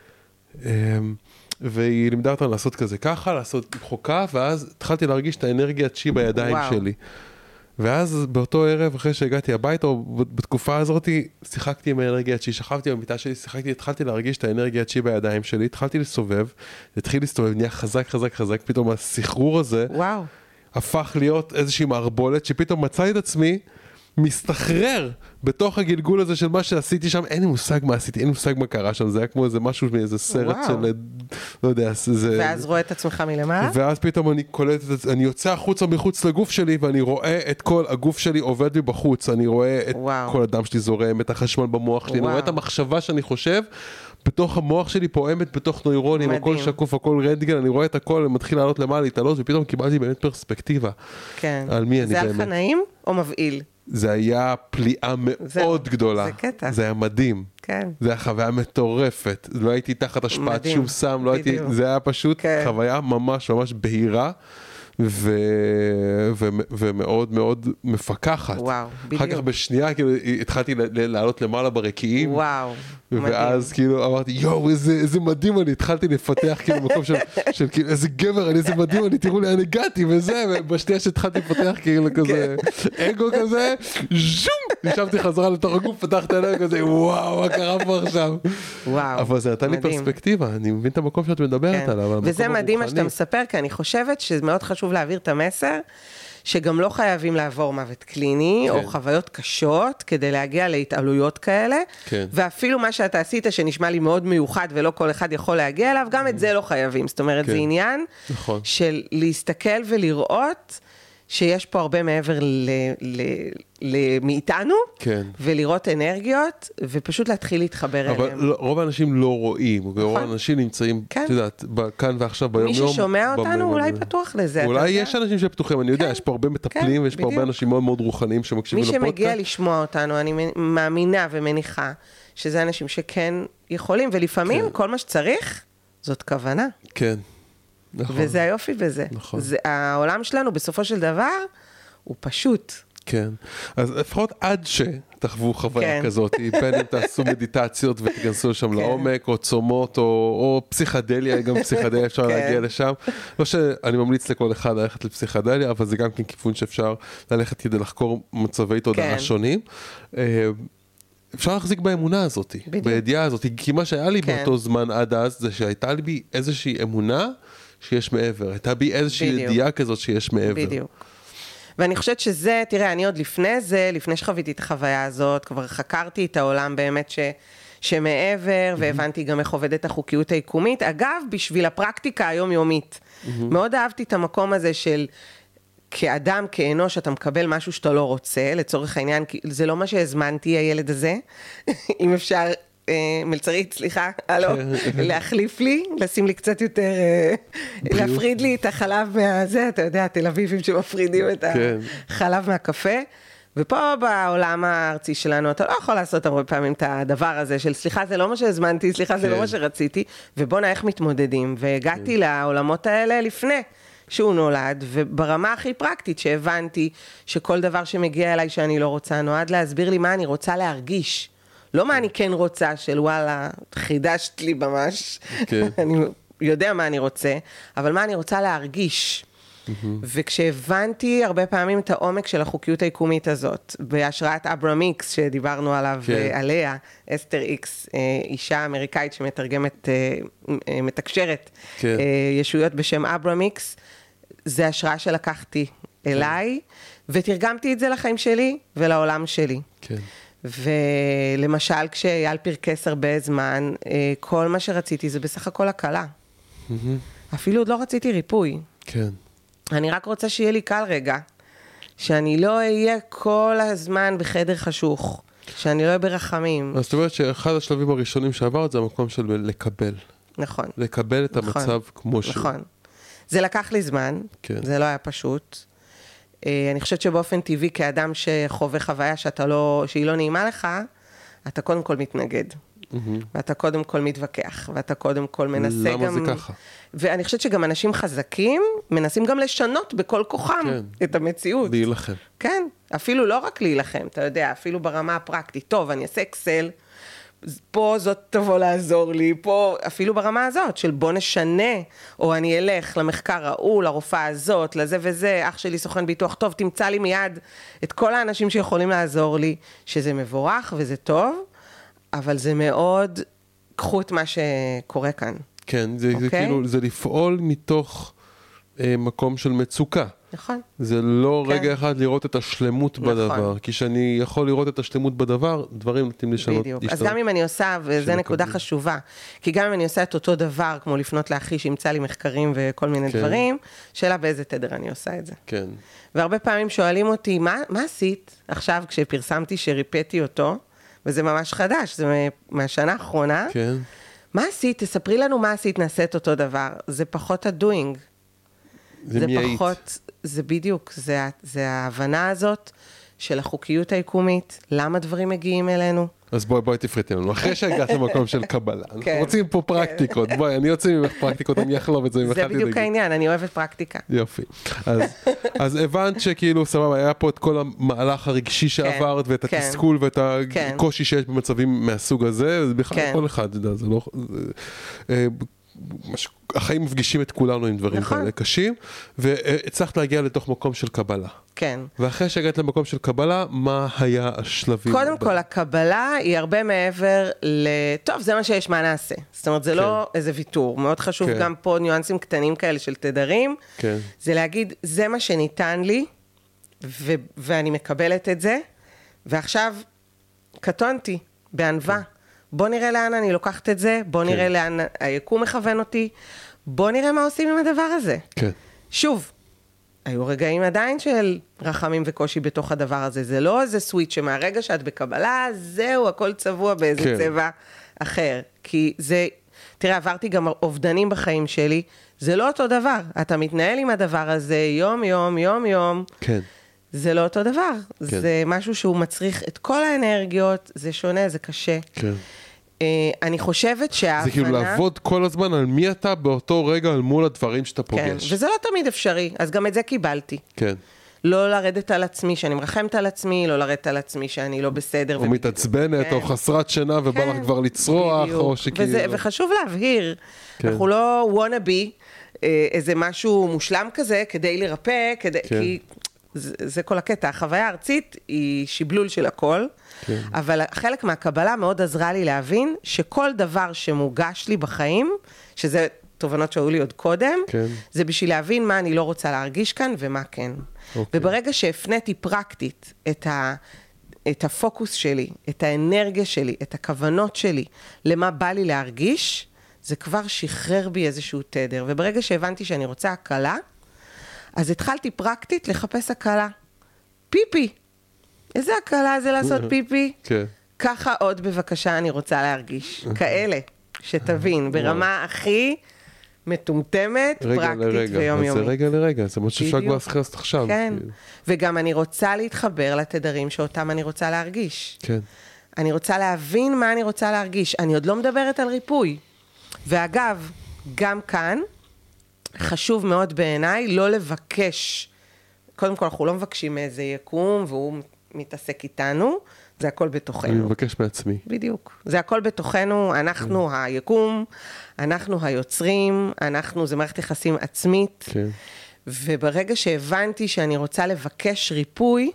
והיא לימדה אותנו לעשות כזה ככה, לעשות חוקה, ואז התחלתי להרגיש את האנרגיה צ'י בידיים שלי. ואז באותו ערב, אחרי שהגעתי הביתה, או בתקופה הזאת, שיחקתי עם האנרגיה צ'י, שכבתי במיטה שלי, שיחקתי, התחלתי להרגיש את האנרגיה צ'י בידיים שלי, התחלתי לסובב, התחיל להסתובב, נהיה חזק, חזק, חזק, פתאום הסחרור הזה, וואו. הפך להיות איזושהי מערבולת, שפתאום מצאתי את עצמי, מסתחרר בתוך הגלגול הזה של מה שעשיתי שם, אין לי מושג מה עשיתי, אין לי מושג מה קרה שם, זה היה כמו איזה משהו מאיזה סרט וואו. של, לא יודע, זה... ואז רואה את עצמך מלמעלה? ואז פתאום אני קולט, אני יוצא החוצה מחוץ לגוף שלי, ואני רואה את כל הגוף שלי עובד לי בחוץ, אני רואה את וואו. כל הדם שלי זורם, את החשמל במוח שלי, וואו. אני רואה את המחשבה שאני חושב, בתוך המוח שלי פועמת בתוך נוירונים, הכל שקוף, הכל רנטגן, אני רואה את הכל, אני מתחיל לעלות למעלה, להתעלות, ופתאום קיבלתי באמת פרספקטיבה. כן. על מי אני באמת. זה היה לך נעים או מבהיל? זה היה פליאה מאוד גדולה. זה קטע. זה היה מדהים. כן. זה היה חוויה מטורפת. לא הייתי תחת השפעת שום סם, לא הייתי, זה היה פשוט חוויה ממש ממש בהירה, ו... ו... ומאוד מאוד מפקחת. וואו, בדיוק. אחר כך בשנייה כאילו התחלתי לעלות למעלה ברקיעים. וואו, ואז מדהים. כאילו אמרתי, יואו, איזה, איזה מדהים אני, התחלתי לפתח כאילו מקום של, של כאילו, איזה גבר אני, איזה מדהים אני, תראו לי, אני הגעתי וזה, ובשנייה שהתחלתי לפתח כאילו כזה, אגו כזה, ז'ום, נשבתי חזרה לתוך הגוף, פתחתי עליהם כזה, וואו, מה קרה פה עכשיו? וואו, אבל זה נתן לי מדהים. פרספקטיבה, אני מבין את המקום שאת מדברת כן. עליו. וזה מדהים מה שאתה מספר, כי אני חושבת שזה מאוד חשוב להעביר את המסר, שגם לא חייבים לעבור מוות קליני, כן. או חוויות קשות, כדי להגיע להתעלויות כאלה, כן. ואפילו מה שאתה עשית, שנשמע לי מאוד מיוחד, ולא כל אחד יכול להגיע אליו, גם את זה לא חייבים. זאת אומרת, כן. זה עניין נכון. של להסתכל ולראות, שיש פה הרבה מעבר ל, ל, ל, מאיתנו, כן. ולראות אנרגיות, ופשוט להתחיל להתחבר אבל אליהם. לא, רוב האנשים לא רואים, רוב האנשים נמצאים, כן. את יודעת, כאן ועכשיו ביום מי יום. ששומע במ- אותנו במ- אולי פתוח לזה. אתה אולי יודע? יש אנשים שפתוחים, אני יודע, כן. יש פה הרבה מטפלים, כן, ויש פה הרבה בדיוק. אנשים מאוד מאוד רוחניים שמקשיבים מי לפודקאסט. שמגיע לשמוע אותנו, אני מאמינה ומניחה, שזה אנשים שכן יכולים, ולפעמים כן. כל מה שצריך, זאת כוונה. כן. נכון. וזה היופי בזה. נכון. זה, העולם שלנו בסופו של דבר, הוא פשוט. כן, אז לפחות עד שתחוו חוויה כן. כזאת, בין אם תעשו מדיטציות ותיכנסו שם לעומק, או צומות, או, או פסיכדליה, גם פסיכדליה אפשר כן. להגיע לשם. לא שאני ממליץ לכל אחד ללכת לפסיכדליה, אבל זה גם כן כיוון שאפשר ללכת כדי לחקור מצבי תודעה כן. שונים. אפשר להחזיק באמונה הזאת, בדיוק. בידיעה הזאת, כי מה שהיה לי כן. באותו זמן עד אז, זה שהייתה לי איזושהי אמונה שיש מעבר, הייתה בי איזושהי בדיוק. ידיעה כזאת שיש מעבר. בדיוק. ואני חושבת שזה, תראה, אני עוד לפני זה, לפני שחוויתי את החוויה הזאת, כבר חקרתי את העולם באמת ש, שמעבר, והבנתי גם איך עובדת החוקיות היקומית. אגב, בשביל הפרקטיקה היומיומית. מאוד אהבתי את המקום הזה של, כאדם, כאנוש, אתה מקבל משהו שאתה לא רוצה, לצורך העניין, כי זה לא מה שהזמנתי, הילד הזה, אם אפשר... מלצרית, סליחה, הלו, להחליף לי, לשים לי קצת יותר, להפריד לי את החלב מהזה, אתה יודע, תל אביבים שמפרידים את החלב מהקפה, ופה בעולם הארצי שלנו, אתה לא יכול לעשות הרבה פעמים את הדבר הזה של סליחה, זה לא מה שהזמנתי, סליחה, זה לא מה שרציתי, ובוא נע איך מתמודדים, והגעתי לעולמות האלה לפני שהוא נולד, וברמה הכי פרקטית שהבנתי שכל דבר שמגיע אליי שאני לא רוצה, נועד להסביר לי מה אני רוצה להרגיש, לא מה אני כן רוצה, של וואלה, חידשת לי ממש, כן. אני יודע מה אני רוצה, אבל מה אני רוצה להרגיש. וכשהבנתי הרבה פעמים את העומק של החוקיות היקומית הזאת, בהשראת אברהם איקס שדיברנו עליו, כן. עליה, אסתר איקס, אישה אמריקאית שמתרגמת, מתקשרת, כן. ישויות בשם אברהם איקס, זה השראה שלקחתי אליי, ותרגמתי את זה לחיים שלי ולעולם שלי. כן. ולמשל, כשאייל פרקס הרבה זמן, כל מה שרציתי זה בסך הכל הקלה. אפילו עוד לא רציתי ריפוי. כן. אני רק רוצה שיהיה לי קל רגע, שאני לא אהיה כל הזמן בחדר חשוך, שאני לא אהיה ברחמים. אז זאת אומרת שאחד השלבים הראשונים שעברת זה המקום של לקבל. נכון. לקבל את נכון, המצב כמו שהוא. נכון. זה לקח לי זמן, כן. זה לא היה פשוט. אני חושבת שבאופן טבעי, כאדם שחווה חוויה שאתה לא, שהיא לא נעימה לך, אתה קודם כל מתנגד. ואתה קודם כל מתווכח, ואתה קודם כל מנסה גם... למה זה ככה? ואני חושבת שגם אנשים חזקים, מנסים גם לשנות בכל כוחם כן. את המציאות. להילחם. כן, אפילו לא רק להילחם, אתה יודע, אפילו ברמה הפרקטית. טוב, אני אעשה אקסל, פה זאת תבוא לעזור לי, פה אפילו ברמה הזאת, של בוא נשנה, או אני אלך למחקר ההוא, לרופאה הזאת, לזה וזה, אח שלי סוכן ביטוח, טוב, תמצא לי מיד את כל האנשים שיכולים לעזור לי, שזה מבורך וזה טוב, אבל זה מאוד, קחו את מה שקורה כאן. כן, זה, אוקיי? זה כאילו, זה לפעול מתוך אה, מקום של מצוקה. נכון. זה לא כן. רגע אחד לראות את השלמות נכון. בדבר, כי שאני יכול לראות את השלמות בדבר, דברים נותנים לשנות. בדיוק. אז להשתנות. גם אם אני עושה, וזו נקודה חשובה, כי גם אם אני עושה את אותו דבר, כמו לפנות לאחי שימצא לי מחקרים וכל מיני כן. דברים, שאלה באיזה תדר אני עושה את זה. כן. והרבה פעמים שואלים אותי, מה, מה עשית עכשיו כשפרסמתי שריפאתי אותו, וזה ממש חדש, זה מהשנה האחרונה, כן. מה עשית? תספרי לנו מה עשית, נעשה את אותו דבר. זה פחות הדוינג. זה, זה מי היית? פחות, זה בדיוק, זה, זה ההבנה הזאת של החוקיות היקומית, למה דברים מגיעים אלינו, אז בואי, בואי תפריטי לנו. אחרי שהגעת למקום של קבלה, אנחנו רוצים פה פרקטיקות. בואי, אני יוצא ממך פרקטיקות, אני אחלוב את זה ממך. זה בדיוק העניין, אני אוהבת פרקטיקה. יופי. אז הבנת שכאילו, סבבה, היה פה את כל המהלך הרגשי שעברת, ואת התסכול ואת הקושי שיש במצבים מהסוג הזה, זה בכלל כל אחד, זה לא... החיים מפגישים את כולנו עם דברים כאלה קשים, והצלחת להגיע לתוך מקום של קבלה. כן. ואחרי שהגעת למקום של קבלה, מה היה השלבים? קודם כל, הקבלה היא הרבה מעבר ל... טוב, זה מה שיש, מה נעשה. זאת אומרת, זה לא איזה ויתור. מאוד חשוב גם פה ניואנסים קטנים כאלה של תדרים. כן. זה להגיד, זה מה שניתן לי, ואני מקבלת את זה, ועכשיו קטונתי, בענווה. בוא נראה לאן אני לוקחת את זה, בוא נראה לאן היקום מכוון אותי, בוא נראה מה עושים עם הדבר הזה. כן. שוב, היו רגעים עדיין של רחמים וקושי בתוך הדבר הזה, זה לא איזה סוויץ' שמהרגע שאת בקבלה, זהו, הכל צבוע באיזה כן. צבע אחר. כי זה, תראה, עברתי גם אובדנים בחיים שלי, זה לא אותו דבר. אתה מתנהל עם הדבר הזה יום יום, יום יום. כן. זה לא אותו דבר, כן. זה משהו שהוא מצריך את כל האנרגיות, זה שונה, זה קשה. כן. Uh, אני חושבת שההבנה... זה כאילו לעבוד כל הזמן על מי אתה באותו רגע, על מול הדברים שאתה פוגש. כן, וזה לא תמיד אפשרי, אז גם את זה קיבלתי. כן. לא לרדת על עצמי, שאני מרחמת על עצמי, לא לרדת על עצמי שאני לא בסדר. או מתעצבנת, כן. או חסרת שינה, ובא כן. לך כבר לצרוח, בדיוק. או שכאילו... וזה, וחשוב להבהיר, כן. אנחנו לא wanna be, איזה משהו מושלם כזה, כדי לרפא, כדי... כן. כי... זה, זה כל הקטע, החוויה הארצית היא שיבלול של הכל, כן. אבל חלק מהקבלה מאוד עזרה לי להבין שכל דבר שמוגש לי בחיים, שזה תובנות שהיו לי עוד קודם, כן. זה בשביל להבין מה אני לא רוצה להרגיש כאן ומה כן. אוקיי. וברגע שהפניתי פרקטית את, ה, את הפוקוס שלי, את האנרגיה שלי, את הכוונות שלי, למה בא לי להרגיש, זה כבר שחרר בי איזשהו תדר. וברגע שהבנתי שאני רוצה הקלה, אז התחלתי פרקטית לחפש הקלה. פיפי. איזה הקלה זה לעשות פיפי? כן. ככה עוד בבקשה אני רוצה להרגיש. כאלה, שתבין, ברמה הכי מטומטמת, פרקטית ויומיומית. זה רגע לרגע, זה מה שאפשר כבר לעשות עכשיו. כן. וגם אני רוצה להתחבר לתדרים שאותם אני רוצה להרגיש. כן. אני רוצה להבין מה אני רוצה להרגיש. אני עוד לא מדברת על ריפוי. ואגב, גם כאן, חשוב מאוד בעיניי לא לבקש, קודם כל אנחנו לא מבקשים מאיזה יקום, והוא מתעסק איתנו, זה הכל בתוכנו. אני מבקש מעצמי. בדיוק. זה הכל בתוכנו, אנחנו היקום, אנחנו היוצרים, אנחנו, זה מערכת יחסים עצמית, כן. וברגע שהבנתי שאני רוצה לבקש ריפוי,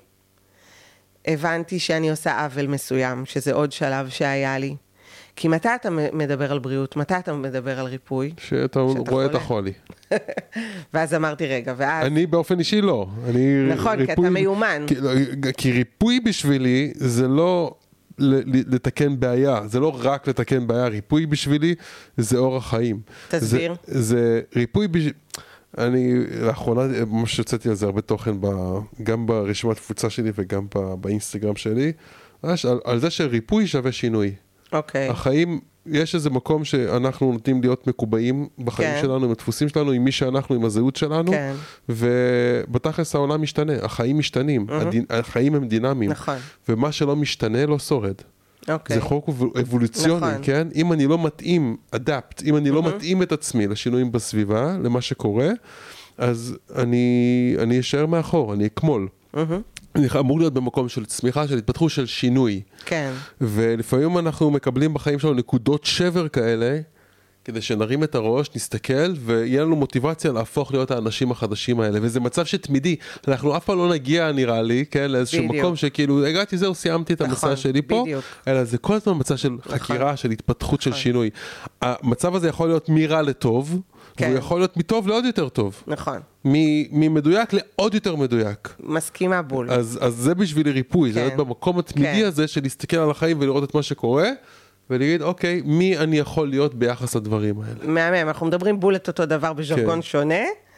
הבנתי שאני עושה עוול מסוים, שזה עוד שלב שהיה לי. כי מתי אתה מדבר על בריאות? מתי אתה מדבר על ריפוי? שאתה רואה את החולי. ואז אמרתי רגע, ואז... אני באופן אישי לא. נכון, כי אתה מיומן. כי ריפוי בשבילי זה לא לתקן בעיה, זה לא רק לתקן בעיה, ריפוי בשבילי זה אורח חיים. תסביר. זה ריפוי בשבילי... אני לאחרונה ממש יוצאתי על זה הרבה תוכן, גם ברשימת תפוצה שלי וגם באינסטגרם שלי, על זה שריפוי שווה שינוי. אוקיי. החיים, יש איזה מקום שאנחנו נותנים להיות מקובעים בחיים כן. שלנו, עם הדפוסים שלנו, עם מי שאנחנו, עם הזהות שלנו, כן. ובתכלס העולם משתנה, החיים משתנים, mm-hmm. הדין, החיים הם דינמיים, נכון. ומה שלא משתנה לא שורד. אוקיי. זה חוק אבולוציוני, נכון. כן? אם אני לא מתאים, אדפט, אם אני mm-hmm. לא מתאים את עצמי לשינויים בסביבה, למה שקורה, אז אני, אני אשאר מאחור, אני אקמול. Mm-hmm. אני אמור להיות במקום של צמיחה, של התפתחות, של שינוי. כן. ולפעמים אנחנו מקבלים בחיים שלנו נקודות שבר כאלה, כדי שנרים את הראש, נסתכל, ויהיה לנו מוטיבציה להפוך להיות האנשים החדשים האלה. וזה מצב שתמידי. אנחנו אף פעם לא נגיע, נראה לי, כן, לאיזשהו בדיוק. מקום שכאילו, הגעתי זהו, סיימתי את המסע נכון, שלי פה, בדיוק. אלא זה כל הזמן מצב של נכון. חקירה, של התפתחות, נכון. של שינוי. המצב הזה יכול להיות מרע לטוב, כן. והוא יכול להיות מטוב לעוד יותר טוב. נכון. ממדויק לעוד יותר מדויק. מסכימה בול. אז, אז זה בשביל ריפוי, כן. זה להיות במקום התמידי כן. הזה, של להסתכל על החיים ולראות את מה שקורה, ולהגיד, אוקיי, מי אני יכול להיות ביחס לדברים האלה? מהמם, אנחנו מדברים בול את אותו דבר בז'רגון כן. שונה,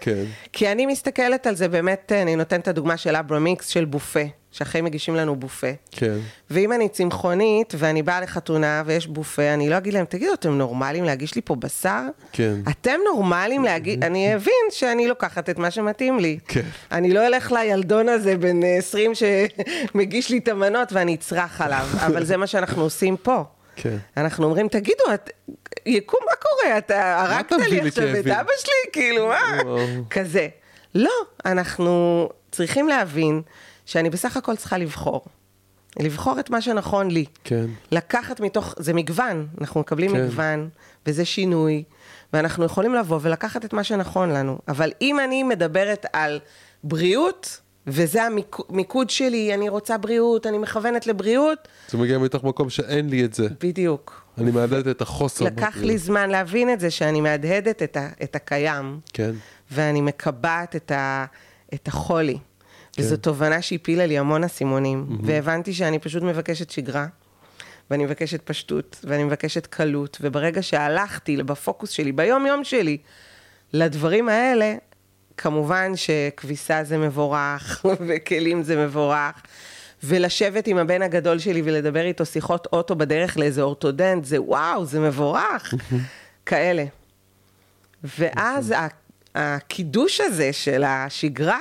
כן. כי אני מסתכלת על זה באמת, אני נותנת את הדוגמה של אברמיקס, של בופה, שהחיים מגישים לנו בופה. כן. ואם אני צמחונית, ואני באה לחתונה, ויש בופה, אני לא אגיד להם, תגידו, אתם נורמלים להגיש לי פה בשר? כן. אתם נורמלים להגיד, אני אבין שאני לוקחת את מה שמתאים לי. כן. אני לא אלך לילדון הזה בן עשרים שמגיש לי את המנות, ואני אצרח עליו, אבל זה מה שאנחנו עושים פה. כן. אנחנו אומרים, תגידו, את, יקום, מה קורה? אתה הרגת לי עכשיו את אבא שלי? כאילו, מה? כזה. לא, אנחנו צריכים להבין שאני בסך הכל צריכה לבחור. לבחור את מה שנכון לי. כן. לקחת מתוך, זה מגוון, אנחנו מקבלים כן. מגוון, וזה שינוי, ואנחנו יכולים לבוא ולקחת את מה שנכון לנו. אבל אם אני מדברת על בריאות, וזה המיקוד שלי, אני רוצה בריאות, אני מכוונת לבריאות. זה מגיע מתוך מקום שאין לי את זה. בדיוק. אני מהדהדת את החוסר. לקח לי זמן להבין את זה, שאני מהדהדת את, ה, את הקיים. כן. ואני מקבעת את, ה, את החולי. כן. וזו תובנה שהפילה לי המון הסימונים. Mm-hmm. והבנתי שאני פשוט מבקשת שגרה, ואני מבקשת פשטות, ואני מבקשת קלות. וברגע שהלכתי בפוקוס שלי, ביום יום שלי, לדברים האלה, כמובן שכביסה זה מבורך, וכלים זה מבורך, ולשבת עם הבן הגדול שלי ולדבר איתו שיחות אוטו בדרך לאיזה אורתודנט, זה וואו, זה מבורך, כאלה. ואז הקידוש הזה של השגרה,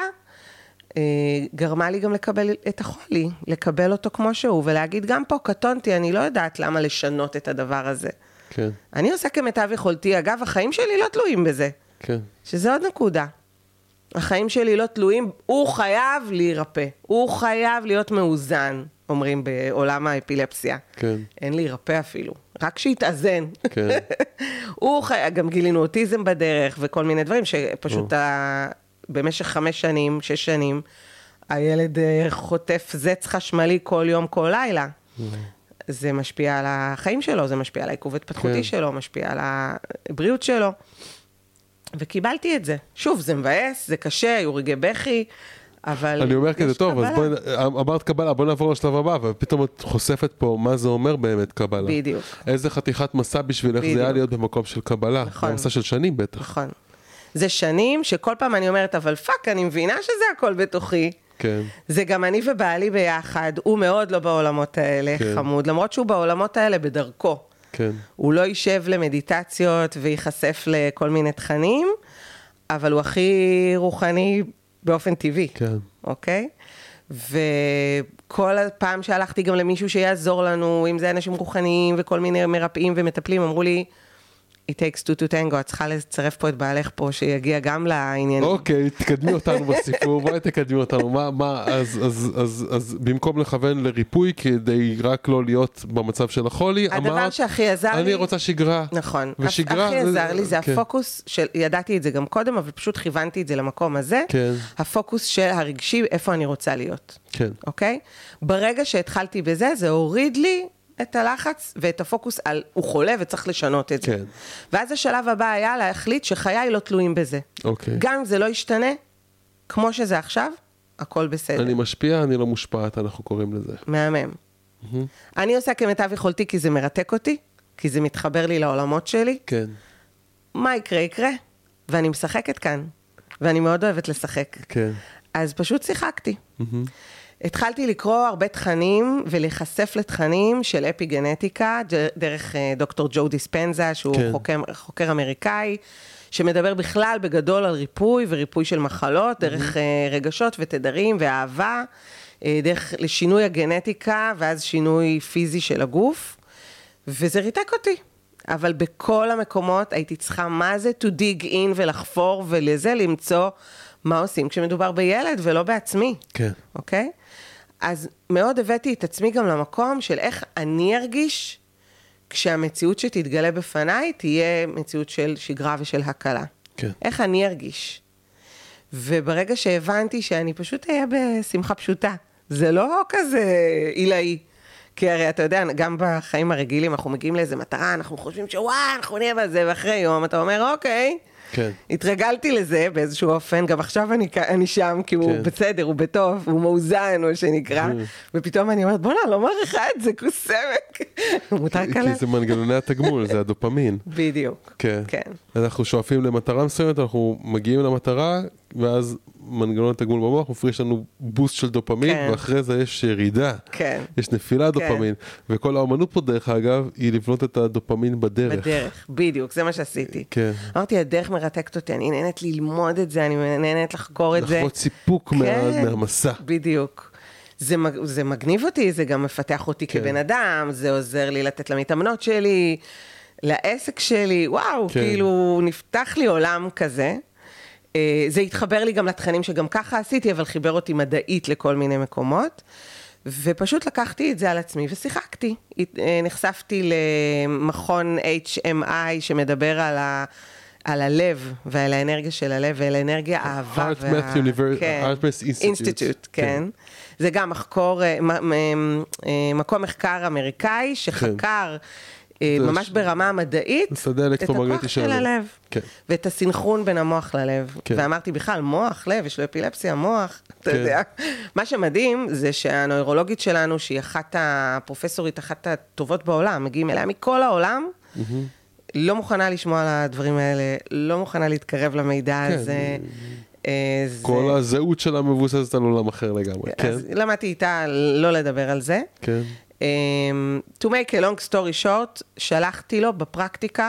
גרמה לי גם לקבל את החולי, לקבל אותו כמו שהוא, ולהגיד גם פה, קטונתי, אני לא יודעת למה לשנות את הדבר הזה. כן. אני עושה כמיטב יכולתי, אגב, החיים שלי לא תלויים בזה. כן. שזה עוד נקודה. החיים שלי לא תלויים, הוא חייב להירפא, הוא חייב להיות מאוזן, אומרים בעולם האפילפסיה. כן. אין להירפא אפילו, רק שיתאזן. כן. הוא חייב, גם גילינו אוטיזם בדרך וכל מיני דברים, שפשוט ה... במשך חמש שנים, שש שנים, הילד חוטף זץ חשמלי כל יום, כל לילה. זה משפיע על החיים שלו, זה משפיע על העיכוב התפתחותי כן. שלו, משפיע על הבריאות שלו. וקיבלתי את זה. שוב, זה מבאס, זה קשה, היו רגעי בכי, אבל... אני אומר כזה טוב, אז קבלה. בואי, אמרת קבלה, בואי נעבור לשלב הבא, ופתאום את חושפת פה מה זה אומר באמת קבלה. בדיוק. איזה חתיכת מסע בשבילך זה היה להיות במקום של קבלה. נכון. מסע של שנים בטח. נכון. זה שנים שכל פעם אני אומרת, אבל פאק, אני מבינה שזה הכל בתוכי. כן. זה גם אני ובעלי ביחד, הוא מאוד לא בעולמות האלה, כן. חמוד, למרות שהוא בעולמות האלה בדרכו. כן. הוא לא יישב למדיטציות וייחשף לכל מיני תכנים, אבל הוא הכי רוחני באופן טבעי. כן. אוקיי? וכל הפעם שהלכתי גם למישהו שיעזור לנו, אם זה אנשים רוחניים וכל מיני מרפאים ומטפלים, אמרו לי, it takes two to tango, את צריכה לצרף פה את בעלך פה, שיגיע גם לעניין. אוקיי, תקדמי אותנו בסיפור, בואי תקדמי אותנו, מה, מה, אז, אז, אז, אז במקום לכוון לריפוי, כדי רק לא להיות במצב של החולי, אמרת, הדבר שהכי עזר לי, אני רוצה שגרה. נכון, ושגרה, הכי עזר לי, זה כן. הפוקוס של, ידעתי את זה גם קודם, אבל פשוט כיוונתי את זה למקום הזה, כן. הפוקוס של הרגשי, איפה אני רוצה להיות. כן. אוקיי? ברגע שהתחלתי בזה, זה הוריד לי את הלחץ ואת הפוקוס על הוא חולה וצריך לשנות את זה. כן. ואז השלב הבא היה להחליט שחיי לא תלויים בזה. אוקיי. גם אם זה לא ישתנה, כמו שזה עכשיו, הכל בסדר. אני משפיע, אני לא מושפעת, אנחנו קוראים לזה. מהמם. אני עושה כמיטב יכולתי כי זה מרתק אותי, כי זה מתחבר לי לעולמות שלי. כן. מה יקרה, יקרה. ואני משחקת כאן, ואני מאוד אוהבת לשחק. כן. אז פשוט שיחקתי. התחלתי לקרוא הרבה תכנים ולהיחשף לתכנים של אפיגנטיקה, דרך דוקטור ג'ו דיספנזה, שהוא כן. חוקר, חוקר אמריקאי, שמדבר בכלל בגדול על ריפוי וריפוי של מחלות, דרך רגשות ותדרים ואהבה, דרך לשינוי הגנטיקה ואז שינוי פיזי של הגוף, וזה ריתק אותי. אבל בכל המקומות הייתי צריכה מה זה to dig in ולחפור ולזה למצוא מה עושים כשמדובר בילד ולא בעצמי. כן. אוקיי? אז מאוד הבאתי את עצמי גם למקום של איך אני ארגיש כשהמציאות שתתגלה בפניי תהיה מציאות של שגרה ושל הקלה. כן. איך אני ארגיש. וברגע שהבנתי שאני פשוט אהיה בשמחה פשוטה, זה לא כזה עילאי. כי הרי אתה יודע, גם בחיים הרגילים אנחנו מגיעים לאיזה מטרה, אנחנו חושבים שוואי, אנחנו נהיה בזה, ואחרי יום אתה אומר, אוקיי, כן. התרגלתי לזה באיזשהו אופן, גם עכשיו אני, אני שם, כי הוא כן. בסדר, הוא בטוב, הוא מאוזן, מה שנקרא, ופתאום אני אומרת, בוא נה, לא מעריכה את זה, כוסמק. מותר כי כאלה? זה מנגנוני התגמול, זה הדופמין. בדיוק, כן. כן. אנחנו שואפים למטרה מסוימת, אנחנו מגיעים למטרה, ואז מנגנון התגמול במוח מפריש לנו בוסט של דופמין, כן. ואחרי זה יש ירידה. כן. יש נפילה דופמין. וכל האמנות פה, דרך אגב, היא לבנות את הדופמין בדרך. בדרך, בדיוק, זה מה שעשיתי. כן. אמרתי, הדרך מרתקת אותי, אני נהנית ללמוד את זה, אני נהנית לחקור את זה. לחוות סיפוק מה- כן, מהמסע. בדיוק. זה, מג- זה מגניב אותי, זה גם מפתח אותי כן. כבן אדם, זה עוזר לי לתת למתאמנות שלי, לעסק שלי, וואו, כן. כאילו נפתח לי עולם כזה. אה, זה התחבר לי גם לתכנים שגם ככה עשיתי, אבל חיבר אותי מדעית לכל מיני מקומות. ופשוט לקחתי את זה על עצמי ושיחקתי. אה, נחשפתי למכון אייץ' אם איי שמדבר על ה... על הלב ועל האנרגיה של הלב ועל האנרגיה האהבה. Heart Math Univer- Heart Math Institute. אינסטיטוט, כן. זה גם מחקור, אה, מ- מ- אה, מקום מחקר אמריקאי שחקר אה, זה ממש ש- ברמה המדעית השדה את האלקטרומגנטי הכוח של של הלב. הלב. כן. ואת הסינכרון בין המוח ללב. כן. ואמרתי בכלל, מוח, לב, יש לו אפילפסיה, מוח, אתה כן. יודע. מה שמדהים זה שהנוירולוגית שלנו, שהיא אחת הפרופסורית, אחת הטובות בעולם, מגיעים אליה מכל העולם, לא מוכנה לשמוע על הדברים האלה, לא מוכנה להתקרב למידע כן. הזה. אה, זה- כל הזהות שלה מבוססת על עולם אחר לגמרי. כן. אז למדתי איתה לא לדבר על זה. כן. Um, to make a long story short, שלחתי לו בפרקטיקה,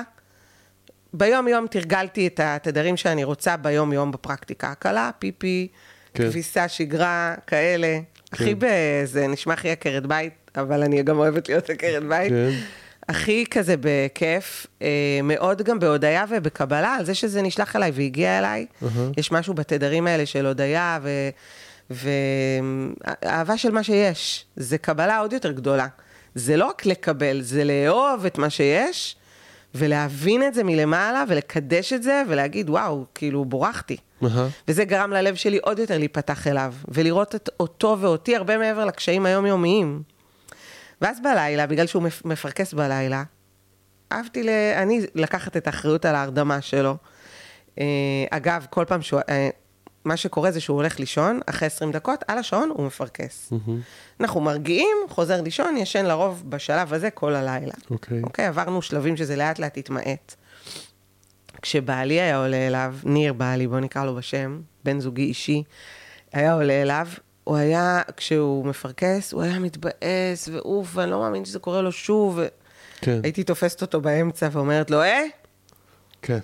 ביום יום תרגלתי את התדרים שאני רוצה ביום יום בפרקטיקה, הקלה, פיפי, כן. כביסה, שגרה, כאלה, הכי בזה, נשמע הכי עקרת בית, אבל אני גם אוהבת להיות עקרת בית, כן. הכי כזה בכיף, אה, מאוד גם בהודעה ובקבלה, על זה שזה נשלח אליי והגיע אליי, יש משהו בתדרים האלה של הודעה ו... ואהבה של מה שיש, זה קבלה עוד יותר גדולה. זה לא רק לקבל, זה לאהוב את מה שיש, ולהבין את זה מלמעלה, ולקדש את זה, ולהגיד, וואו, כאילו, בורחתי. אהה. וזה גרם ללב שלי עוד יותר להיפתח אליו, ולראות את אותו ואותי הרבה מעבר לקשיים היומיומיים. ואז בלילה, בגלל שהוא מפ- מפרקס בלילה, אהבתי ל... אני לקחת את האחריות על ההרדמה שלו. אה, אגב, כל פעם שהוא... אה, מה שקורה זה שהוא הולך לישון, אחרי עשרים דקות, על השעון הוא מפרקס. אנחנו מרגיעים, חוזר לישון, ישן לרוב בשלב הזה כל הלילה. אוקיי. אוקיי, עברנו שלבים שזה לאט לאט התמעט. כשבעלי היה עולה אליו, ניר בעלי, בוא נקרא לו בשם, בן זוגי אישי, היה עולה אליו, הוא היה, כשהוא מפרקס, הוא היה מתבאס, ואוף, ואני לא מאמין שזה קורה לו שוב. כן. הייתי תופסת אותו באמצע ואומרת לו, אה, כן.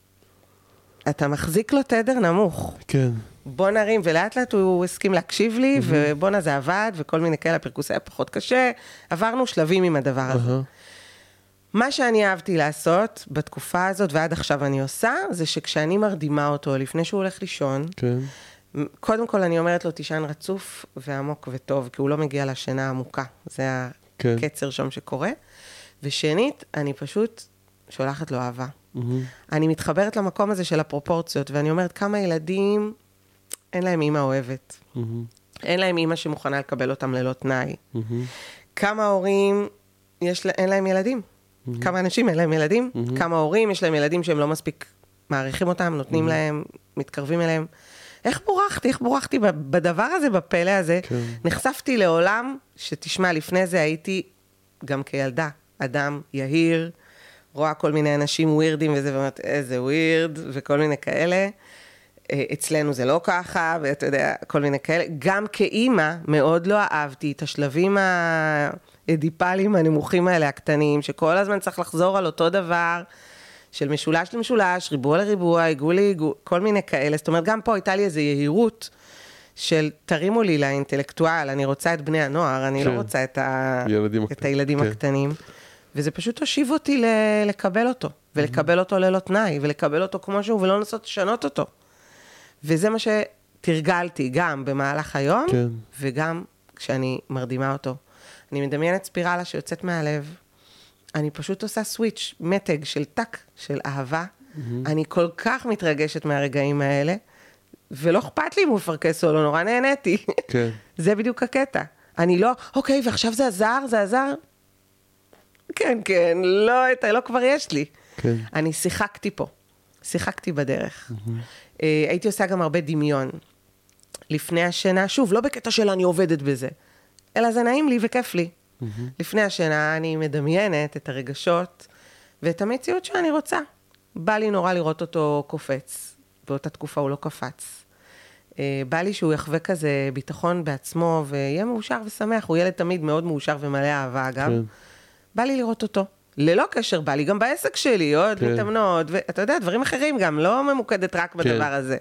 אתה מחזיק לו תדר נמוך. כן. בוא נרים, ולאט לאט הוא הסכים להקשיב לי, ובוא זה עבד, וכל מיני כאלה, הפרקוס היה פחות קשה, עברנו שלבים עם הדבר הזה. אהה. מה שאני אהבתי לעשות בתקופה הזאת, ועד עכשיו אני עושה, זה שכשאני מרדימה אותו, לפני שהוא הולך לישון, כן. קודם כל אני אומרת לו, תישן רצוף ועמוק וטוב, כי הוא לא מגיע לשינה עמוקה, זה כן. הקצר שם שקורה. ושנית, אני פשוט שולחת לו אהבה. מהמם. אני מתחברת למקום הזה של הפרופורציות, ואני אומרת, כמה ילדים, אין להם אימא אוהבת. מהמם. אין להם אימא שמוכנה לקבל אותם ללא תנאי. מהמם. כמה הורים, יש, לה- אין להם ילדים. כמה אנשים אין להם ילדים. כמה הורים, יש להם ילדים שהם לא מספיק מעריכים אותם, נותנים להם, מתקרבים אליהם. איך בורחתי, איך בורחתי ב- בדבר הזה, בפלא הזה. כן. נחשפתי לעולם שתשמע, לפני זה הייתי גם כילדה, אדם יהיר, רואה כל מיני אנשים ווירדים וזה, ואומרת, איזה ווירד, וכל מיני כאלה. אה, אצלנו זה לא ככה, ואתה יודע, כל מיני כאלה. גם כאימא, מאוד לא אהבתי את השלבים האדיפליים הנמוכים האלה, הקטנים, שכל הזמן צריך לחזור על אותו דבר, של משולש למשולש, ריבוע לריבוע, עיגול לעיגול, כל מיני כאלה. זאת אומרת, גם פה הייתה לי איזו יהירות, של תרימו לי לאינטלקטואל, אני רוצה את בני הנוער, אני כן. לא רוצה את, ה... ילדים את הקטנים, הילדים כן. הקטנים. וזה פשוט הושיב אותי ל... לקבל אותו, ולקבל אותו ללא תנאי, ולקבל אותו כמו שהוא, ולא לנסות לשנות אותו. וזה מה שתרגלתי גם במהלך היום, כן. וגם כשאני מרדימה אותו. אני מדמיינת ספירלה שיוצאת מהלב, אני פשוט עושה סוויץ', מתג של טק, של אהבה. אני כל כך מתרגשת מהרגעים האלה, ולא אכפת לי אם הוא מפרקס או לא, נורא נהניתי. כן. זה בדיוק הקטע. אני לא, אוקיי, ועכשיו זה עזר, זה עזר. כן, כן, לא, את ה... לא כבר יש לי. כן. אני שיחקתי פה. שיחקתי בדרך. אה, הייתי עושה גם הרבה דמיון. לפני השינה, שוב, לא בקטע של אני עובדת בזה, אלא זה נעים לי וכיף לי. לפני השינה אני מדמיינת את הרגשות ואת המציאות שאני רוצה. בא לי נורא לראות אותו קופץ, באותה תקופה הוא לא קפץ. בא לי שהוא יחווה כזה ביטחון בעצמו, ויהיה מאושר ושמח, הוא ילד תמיד מאוד מאושר ומלא אהבה אגב. כן. בא לי לראות אותו. ללא קשר, בא לי גם בעסק שלי, עוד כן. מתאמנות, ואתה יודע, דברים אחרים גם, לא ממוקדת רק בדבר כן. הזה.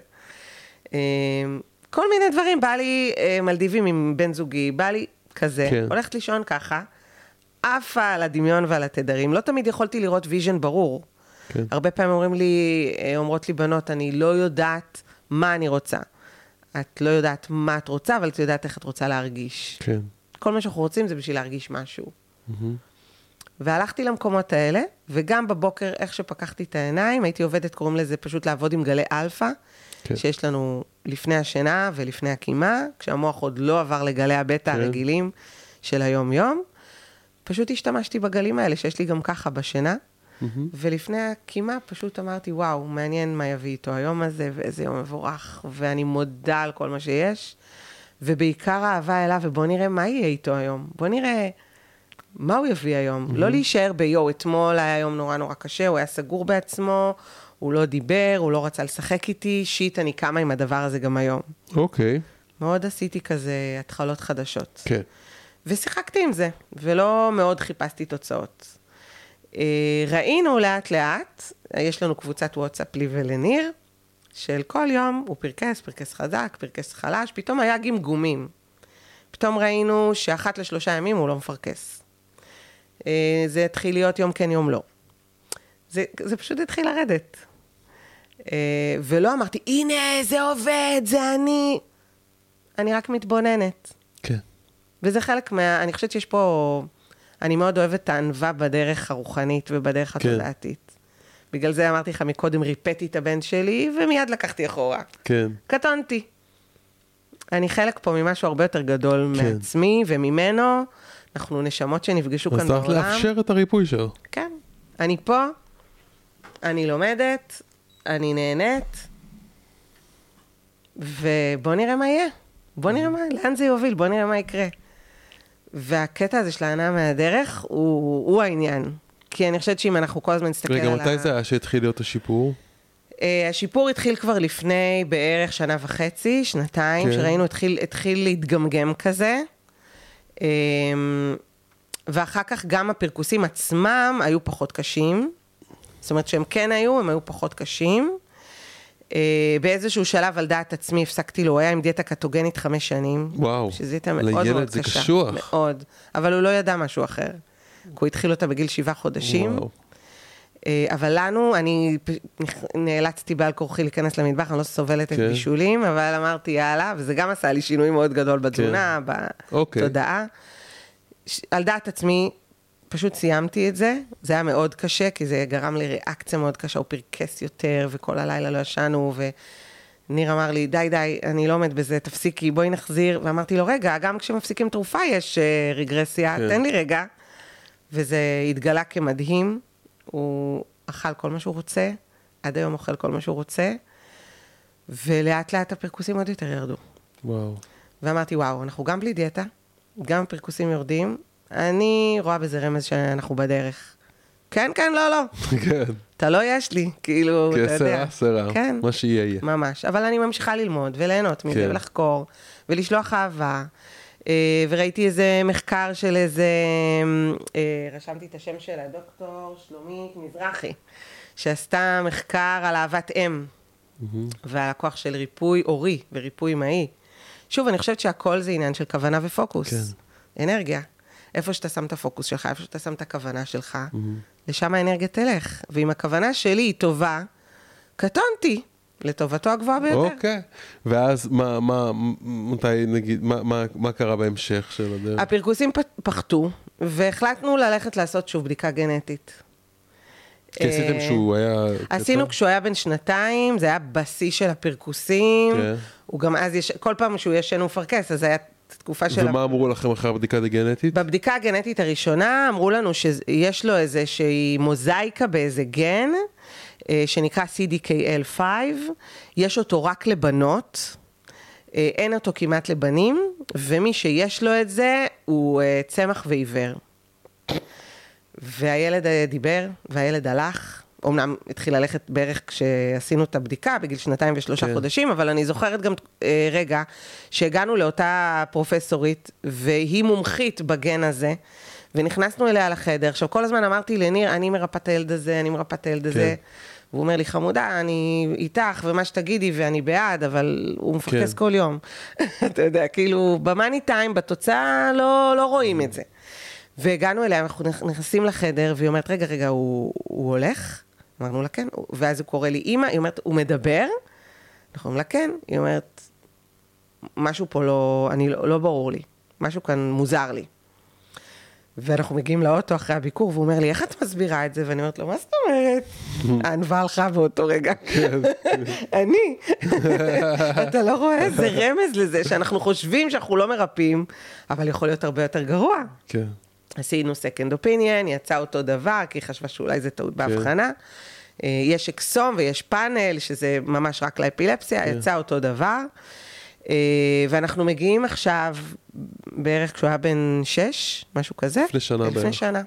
כל מיני דברים, בא לי מלדיבים עם בן זוגי, בא לי כזה, כן. הולכת לישון ככה, עפה על הדמיון ועל התדרים, לא תמיד יכולתי לראות ויז'ן ברור. כן. הרבה פעמים אומרים לי, אומרות לי בנות, אני לא יודעת מה אני רוצה. את לא יודעת מה את רוצה, אבל את יודעת איך את רוצה להרגיש. כן. כל מה שאנחנו רוצים זה בשביל להרגיש משהו. Mm-hmm. והלכתי למקומות האלה, וגם בבוקר, איך שפקחתי את העיניים, הייתי עובדת, קוראים לזה פשוט לעבוד עם גלי אלפא, כן. שיש לנו לפני השינה ולפני הקימה, כשהמוח עוד לא עבר לגלי הבטא כן. הרגילים של היום-יום. פשוט השתמשתי בגלים האלה, שיש לי גם ככה בשינה, mm-hmm. ולפני הקימה פשוט אמרתי, וואו, מעניין מה יביא איתו היום הזה, ואיזה יום מבורך, ואני מודה על כל מה שיש, ובעיקר אהבה אליו, ובוא נראה מה יהיה איתו היום. בוא נראה מה הוא יביא היום. Mm-hmm. לא להישאר ביו, אתמול היה יום נורא נורא קשה, הוא היה סגור בעצמו, הוא לא דיבר, הוא לא רצה לשחק איתי, שיט, אני קמה עם הדבר הזה גם היום. אוקיי. Okay. מאוד עשיתי כזה התחלות חדשות. כן. Okay. ושיחקתי עם זה, ולא מאוד חיפשתי תוצאות. ראינו לאט לאט, יש לנו קבוצת וואטסאפ לי ולניר, של כל יום הוא פרקס, פרקס חזק, פרקס חלש, פתאום היה גמגומים. פתאום ראינו שאחת לשלושה ימים הוא לא מפרקס. זה התחיל להיות יום כן יום לא. זה, זה פשוט התחיל לרדת. ולא אמרתי, הנה זה עובד, זה אני. אני רק מתבוננת. כן. וזה חלק מה, אני חושבת שיש פה, אני מאוד אוהבת את הענווה בדרך הרוחנית ובדרך התודעתית. בגלל זה אמרתי לך מקודם, ריפאתי את הבן שלי, ומיד לקחתי אחורה. כן. קטונתי. אני חלק פה ממשהו הרבה יותר גדול כן. מעצמי וממנו, אנחנו נשמות שנפגשו כאן בעולם. אז צריך לאפשר את הריפוי שלו. כן. אני פה, אני לומדת, אני נהנית, ובוא נראה מה יהיה. בוא נראה מה, לאן זה יוביל, בוא נראה מה יקרה. והקטע הזה של ההנאה מהדרך הוא, הוא העניין. כי אני חושבת שאם אנחנו כל הזמן נסתכל רגע, על ה... רגע, מתי זה היה שהתחיל להיות השיפור? Uh, השיפור התחיל כבר לפני בערך שנה וחצי, שנתיים, כן. שראינו התחיל, התחיל להתגמגם כזה. Um, ואחר כך גם הפרקוסים עצמם היו פחות קשים. זאת אומרת שהם כן היו, הם היו פחות קשים. Uh, באיזשהו שלב על דעת עצמי הפסקתי לו, הוא היה עם דיאטה קטוגנית חמש שנים. וואו, שזה הייתה מאוד מאוד לילד זה קשה. קשוח. מאוד. אבל הוא לא ידע משהו אחר. הוא התחיל אותה בגיל שבעה חודשים. וואו. אבל לנו, אני נאלצתי בעל כורחי להיכנס למטבח, אני לא סובלת את בישולים, אבל אמרתי יאללה, וזה גם עשה לי שינוי מאוד גדול בתזונה, בתודעה. על דעת עצמי, פשוט סיימתי את זה, זה היה מאוד קשה, כי זה גרם לי ריאקציה מאוד קשה, הוא פרקס יותר, וכל הלילה לא ישנו, וניר אמר לי, די די, אני לא עומד בזה, תפסיקי, בואי נחזיר, ואמרתי לו, רגע, גם כשמפסיקים תרופה יש רגרסיה, תן לי רגע, וזה התגלה כמדהים, הוא אכל כל מה שהוא רוצה, עד היום אוכל כל מה שהוא רוצה, ולאט לאט הפרקוסים עוד יותר ירדו. וואו. ואמרתי, וואו, אנחנו גם בלי דיאטה, גם הפרקוסים יורדים, אני רואה בזה רמז שאנחנו בדרך. כן, כן, לא, לא. כן. אתה לא יש לי, כאילו, אתה יודע. כסרה, סרה, כן. מה שיהיה יהיה. ממש, אבל אני ממשיכה ללמוד וליהנות מזה כן. ולחקור, ולשלוח אהבה. וראיתי איזה מחקר של איזה, רשמתי את השם שלה, דוקטור שלומית מזרחי, שעשתה מחקר על אהבת אם, ועל הכוח של ריפוי אורי וריפוי מאי. שוב, אני חושבת שהכל זה עניין של כוונה ופוקוס. אנרגיה. איפה שאתה שם את הפוקוס שלך, איפה שאתה שם את הכוונה שלך, לשם האנרגיה תלך. ואם הכוונה שלי היא טובה, קטונתי. לטובתו הגבוהה ביותר. אוקיי. ואז מה, מה, מתי נגיד, מה, מה, מה קרה בהמשך של הדרך? הפרקוסים פחתו, והחלטנו ללכת לעשות שוב בדיקה גנטית. כי עשיתם שהוא היה... עשינו כשהוא היה בן שנתיים, זה היה בשיא של הפרקוסים, הוא גם אז, יש, כל פעם שהוא ישן ומפרקס, אז זה היה תקופה של... ומה אמרו לכם אחרי הבדיקה הגנטית? בבדיקה הגנטית הראשונה, אמרו לנו שיש לו איזושהי מוזאיקה באיזה גן, שנקרא סי די קיי אל חמש, יש אותו רק לבנות, אין אותו כמעט לבנים, ומי שיש לו את זה הוא צמח ועיוור. והילד דיבר, והילד הלך, אומנם התחיל ללכת בערך כשעשינו את הבדיקה, בגיל שנתיים ושלושה כן. חודשים, אבל אני זוכרת גם אה, רגע, שהגענו לאותה פרופסורית, והיא מומחית בגן הזה, ונכנסנו אליה לחדר. עכשיו, כל הזמן אמרתי לניר, אני מרפאת הילד הזה, אני מרפאת הילד הזה, כן. והוא אומר לי, חמודה, אני איתך, ומה שתגידי, ואני בעד, אבל הוא מפרקס כן. כל יום. אתה יודע, כאילו, במאני טיים, בתוצאה, לא, לא רואים את זה. והגענו אליה, אנחנו נכנסים לחדר, והיא אומרת, רגע, רגע, הוא, הוא הולך? אמרנו לה, כן. ואז הוא קורא לי, אמא, היא אומרת, הוא מדבר? אנחנו אומרים לה, כן. היא אומרת, משהו פה לא, אני, לא, לא ברור לי. משהו כאן מוזר לי. ואנחנו מגיעים לאוטו אחרי הביקור, והוא אומר לי, איך את מסבירה את זה? ואני אומרת לו, מה זאת אומרת? הענווה הלכה באותו רגע. אני. אתה לא רואה איזה רמז לזה, שאנחנו חושבים שאנחנו לא מרפאים, אבל יכול להיות הרבה יותר גרוע. כן. עשינו second opinion, יצא אותו דבר, כי היא חשבה שאולי זה טעות בהבחנה. יש אקסום ויש פאנל, שזה ממש רק לאפילפסיה, יצא אותו דבר. ואנחנו מגיעים עכשיו, בערך כשהוא היה בן שש, משהו כזה. לפני שנה בערך. לפני שנה.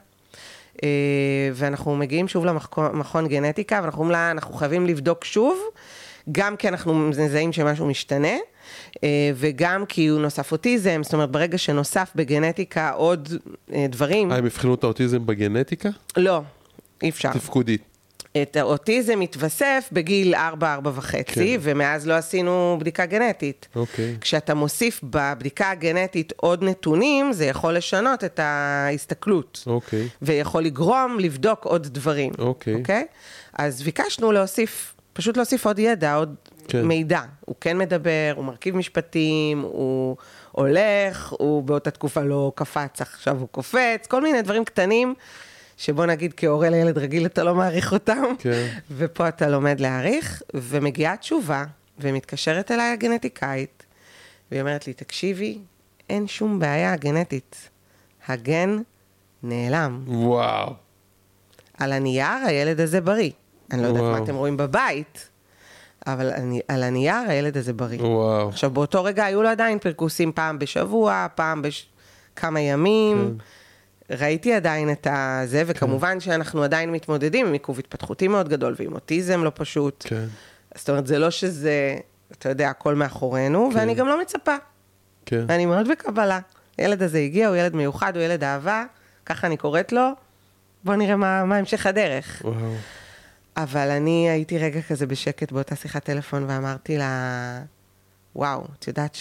ואנחנו מגיעים שוב למכון גנטיקה, ואנחנו אומרים לה, אנחנו חייבים לבדוק שוב, גם כי אנחנו מזהים שמשהו משתנה, וגם כי הוא נוסף אוטיזם, זאת אומרת, ברגע שנוסף בגנטיקה עוד דברים... אה, הם הבחינו את האוטיזם בגנטיקה? לא, אי אפשר. תפקודית. את האוטיזם מתווסף בגיל ארבע, ארבע וחצי, ומאז לא עשינו בדיקה גנטית. אוקיי. כשאתה מוסיף בבדיקה הגנטית עוד נתונים, זה יכול לשנות את ההסתכלות. אוקיי. ויכול לגרום לבדוק עוד דברים. אוקיי. אוקיי? אז ביקשנו להוסיף, פשוט להוסיף עוד ידע, עוד כן. מידע. הוא כן מדבר, הוא מרכיב משפטים, הוא הולך, הוא באותה תקופה לא קפץ, עכשיו הוא קופץ, כל מיני דברים קטנים, שבוא נגיד כהורה לילד רגיל אתה לא מעריך אותם, כן. ופה אתה לומד להעריך, ומגיעה תשובה, ומתקשרת אליי הגנטיקאית, והיא אומרת לי, תקשיבי, אין שום בעיה גנטית, הגן נעלם. וואו. על הנייר הילד הזה בריא. אני לא יודעת מה אתם רואים בבית, אבל על הנייר הילד הזה בריא. וואו. עכשיו באותו רגע היו לו עדיין פרקוסים פעם בשבוע, פעם בכמה ימים, כן. ראיתי עדיין את זה, וכמובן שאנחנו עדיין מתמודדים עם עיכוב התפתחותי מאוד גדול, ועם אוטיזם לא פשוט. כן. זאת אומרת, זה לא שזה, אתה יודע, הכל מאחורינו, כן. ואני גם לא מצפה. כן. אני מאוד בקבלה. הילד הזה הגיע, הוא ילד מיוחד, הוא ילד אהבה, ככה אני קוראת לו, בוא נראה מה, מה המשך הדרך. וואו. אבל אני הייתי רגע כזה בשקט באותה שיחת טלפון, ואמרתי לה, וואו, את יודעת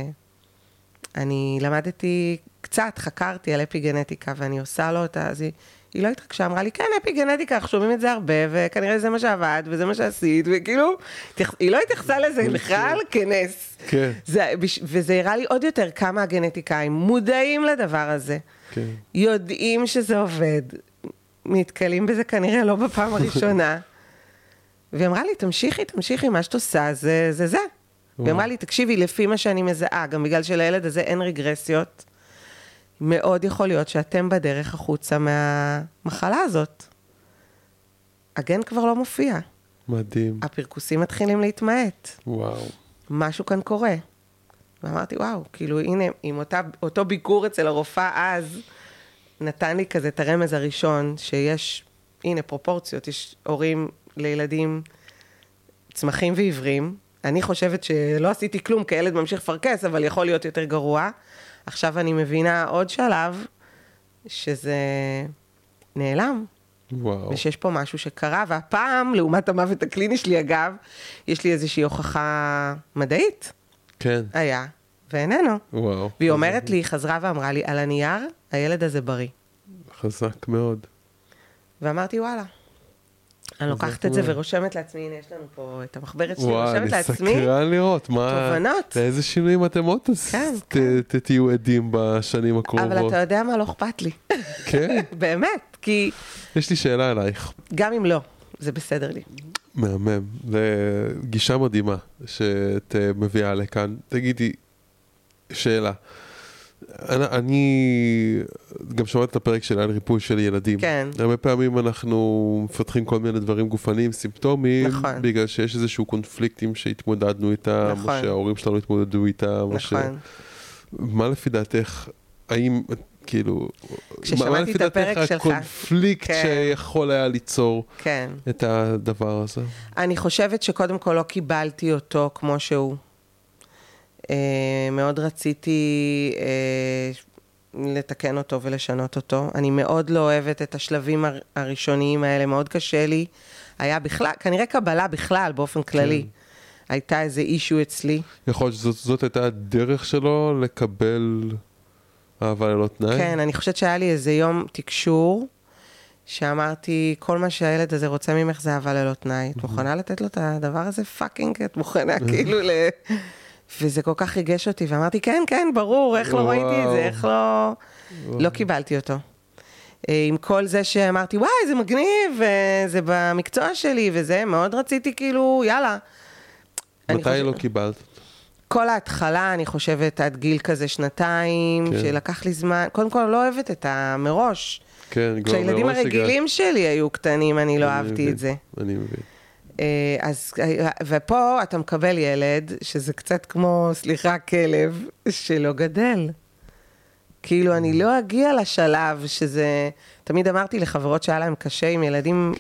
שאני למדתי קצת, חקרתי על אפיגנטיקה, ואני עושה לו אותה, אז היא, היא לא התרגשה, אמרה לי, כן, אפיגנטיקה, אנחנו שומעים את זה הרבה, וכנראה זה מה שעבד, וזה מה שעשית, וכאילו, היא לא התייחסה לזה בכלל כנס. כן. זה, וזה הראה לי עוד יותר כמה הגנטיקאים מודעים לדבר הזה, כן. יודעים שזה עובד, מתקלים בזה כנראה לא בפעם הראשונה, והיא אמרה לי, תמשיכי, תמשיכי, מה שאת עושה, זה זה זה. והיא אמרה לי, תקשיבי, לפי מה שאני מזהה, גם בגלל שלילד הזה אין רגרסיות, מאוד יכול להיות שאתם בדרך החוצה מהמחלה הזאת. הגן כבר לא מופיע. מדהים. הפרקוסים מתחילים להתמעט. וואו. משהו כאן קורה. ואמרתי, וואו, כאילו, הנה, עם אותה, אותו ביקור אצל הרופאה אז, נתן לי כזה את הרמז הראשון, שיש, הנה, פרופורציות, יש הורים לילדים צמחים ועיוורים. אני חושבת שלא עשיתי כלום, כי הילד ממשיך פרקס, אבל יכול להיות יותר גרוע. עכשיו אני מבינה עוד שלב, שזה נעלם. וואו. ושיש פה משהו שקרה, והפעם, לעומת המוות הקליני שלי, אגב, יש לי איזושהי הוכחה מדעית. כן. היה, ואיננו. וואו. והיא אומרת לי, היא חזרה ואמרה לי, על הנייר, הילד הזה בריא. חזק מאוד. ואמרתי, וואלה. אני לוקחת את זה ורושמת לעצמי, הנה, יש לנו פה את המחברת שלי, רושמת לעצמי. וואי, אני סקרן לראות, מה... תובנות. לאיזה שינויים אתם עוד תהיו עדים בשנים הקרובות. אבל אתה יודע מה, לא אכפת לי. כן? באמת, כי... יש לי שאלה אלייך. גם אם לא, זה בסדר לי. מהמם, זה גישה מדהימה שאת מביאה לכאן. תגידי, שאלה, אני, אני גם שמעת את הפרק של על ריפוי של ילדים. כן. הרבה פעמים אנחנו מפתחים כל מיני דברים גופניים, סימפטומים, נכון. בגלל שיש איזשהו קונפליקטים שהתמודדנו איתם, נכון. או שההורים שלנו התמודדו איתם. נכון. ש... מה לפי דעתך, האם, כאילו, כששמעתי את הפרק שלך. הקונפליקט כן. שיכול היה ליצור כן. את הדבר הזה? אני חושבת שקודם כל לא קיבלתי אותו כמו שהוא. Uh, מאוד רציתי uh, לתקן אותו ולשנות אותו. אני מאוד לא אוהבת את השלבים הר- הראשוניים האלה, מאוד קשה לי. היה בכלל, כנראה קבלה בכלל באופן כללי. כן. הייתה איזה אישו אצלי. יכול להיות שזאת זאת הייתה הדרך שלו לקבל אהבה ללא תנאי? כן, אני חושבת שהיה לי איזה יום תקשור, שאמרתי, כל מה שהילד הזה רוצה ממך זה אהבה ללא תנאי. את מוכנה לתת לו את הדבר הזה? פאקינג, את מוכנה כאילו ל... וזה כל כך ריגש אותי, ואמרתי, כן, כן, ברור, איך לא ראיתי את זה, איך לא... לא קיבלתי אותו. עם כל זה שאמרתי, וואי, זה מגניב, זה במקצוע שלי, וזה, מאוד רציתי כאילו, יאללה. מתי לא קיבלת? כל ההתחלה, אני חושבת, עד גיל כזה שנתיים, שלקח לי זמן, קודם כל לא אוהבת את המראש. כן, כשהילדים הרגילים שלי היו קטנים, אני לא אהבתי את זה. אני מבין. אז, ופה אתה מקבל ילד, שזה קצת כמו, סליחה, כלב, שלא גדל. כאילו, אני לא אגיע לשלב שזה, תמיד אמרתי לחברות שהיה להם קשה עם ילדים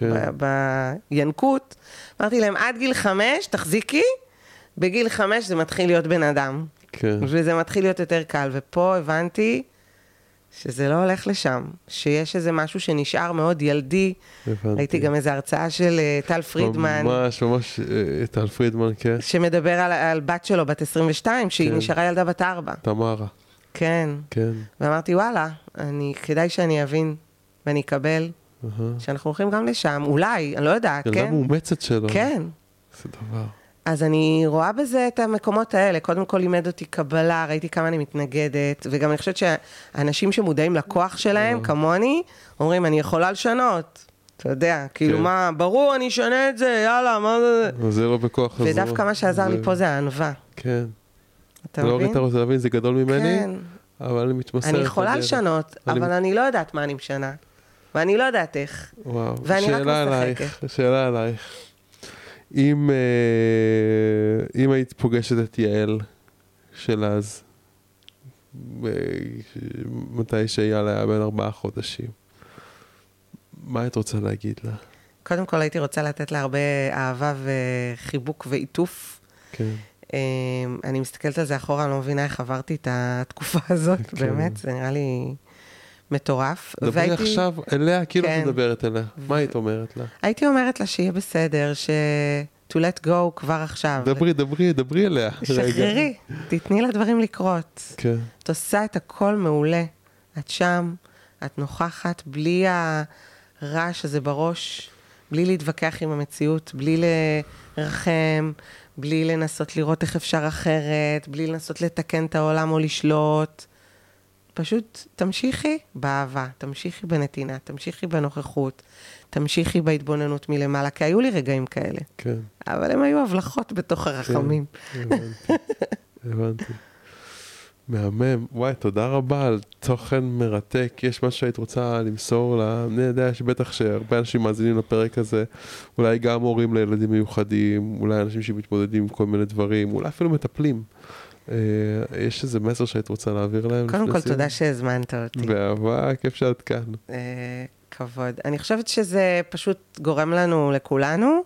בינקות, אמרתי להם, עד גיל חמש, תחזיקי, בגיל חמש זה מתחיל להיות בן אדם. כן. וזה מתחיל להיות יותר קל, ופה הבנתי שזה לא הולך לשם, שיש איזה משהו שנשאר מאוד ילדי. הבנתי. ראיתי גם איזו הרצאה של טל פרידמן. ממש, ממש, טל פרידמן, כן. שמדבר על, על בת שלו, בת עשרים ושתיים, שהיא כן. נשארה ילדה בת ארבע. תמרה. כן. כן. ואמרתי, וואלה, אני, כדאי שאני אבין ואני אקבל, uh-huh. שאנחנו הולכים גם לשם, אולי, אני לא יודעת, כן? ילדה מאומצת שלו. כן. זה דבר. אז אני רואה בזה את המקומות האלה, קודם כל לימד אותי קבלה, ראיתי כמה אני מתנגדת, וגם אני חושבת שהאנשים שמודעים לכוח שלהם, כמוני, אומרים, אני יכולה לשנות, אתה יודע, כאילו מה, ברור, אני אשנה את זה, יאללה, מה זה? זה לא בכוח חזור. ודווקא מה שעזר לי פה זה הענווה. כן. אתה מבין? לא ראית רוצה להבין, זה גדול ממני, אבל אני מתמסר. אני יכולה לשנות, אבל אני לא יודעת מה אני משנה, ואני לא יודעת איך. וואו, ואני רק שאלה עלייך, משחקת. שאלה עלייך. אם, אם היית פוגשת את יעל של אז, מתי שיעל היה בין ארבעה חודשים, מה היית רוצה להגיד לה? קודם כל הייתי רוצה לתת לה הרבה אהבה וחיבוק ועיטוף. כן. אני מסתכלת על זה אחורה, אני לא מבינה איך עברתי את התקופה הזאת, באמת, זה נראה לי מטורף. דברי עכשיו אליה, כאילו את מדברת אליה. מה היית אומרת לה? הייתי אומרת לה שיהיה בסדר, ש... to let go כבר עכשיו. דברי, דברי, דברי אליה. שחררי, תתני לה דברים לקרות. כן. את עושה את הכל מעולה. את שם, את נוכחת, בלי הרעש הזה בראש, בלי להתווכח עם המציאות, בלי לרחם, בלי לנסות לראות איך אפשר אחרת, בלי לנסות לתקן את העולם או לשלוט. פשוט תמשיכי באהבה, תמשיכי בנתינה, תמשיכי בנוכחות, תמשיכי בהתבוננות מלמעלה, כי היו לי רגעים כאלה. כן. אבל הם היו הבלחות בתוך הרחמים. כן, הבנתי, הבנתי. מהמם, וואי, תודה רבה על תוכן מרתק. יש משהו שהיית רוצה למסור לה, אני יודע שבטח שהרבה אנשים מאזינים לפרק הזה, אולי גם הורים לילדים מיוחדים, אולי אנשים שמתמודדים עם כל מיני דברים, אולי אפילו מטפלים. יש איזה מסר שהיית רוצה להעביר להם? קודם כל, תודה שהזמנת אותי. באהבה, כיף שאת כאן. כבוד. אני חושבת שזה פשוט גורם לנו, לכולנו,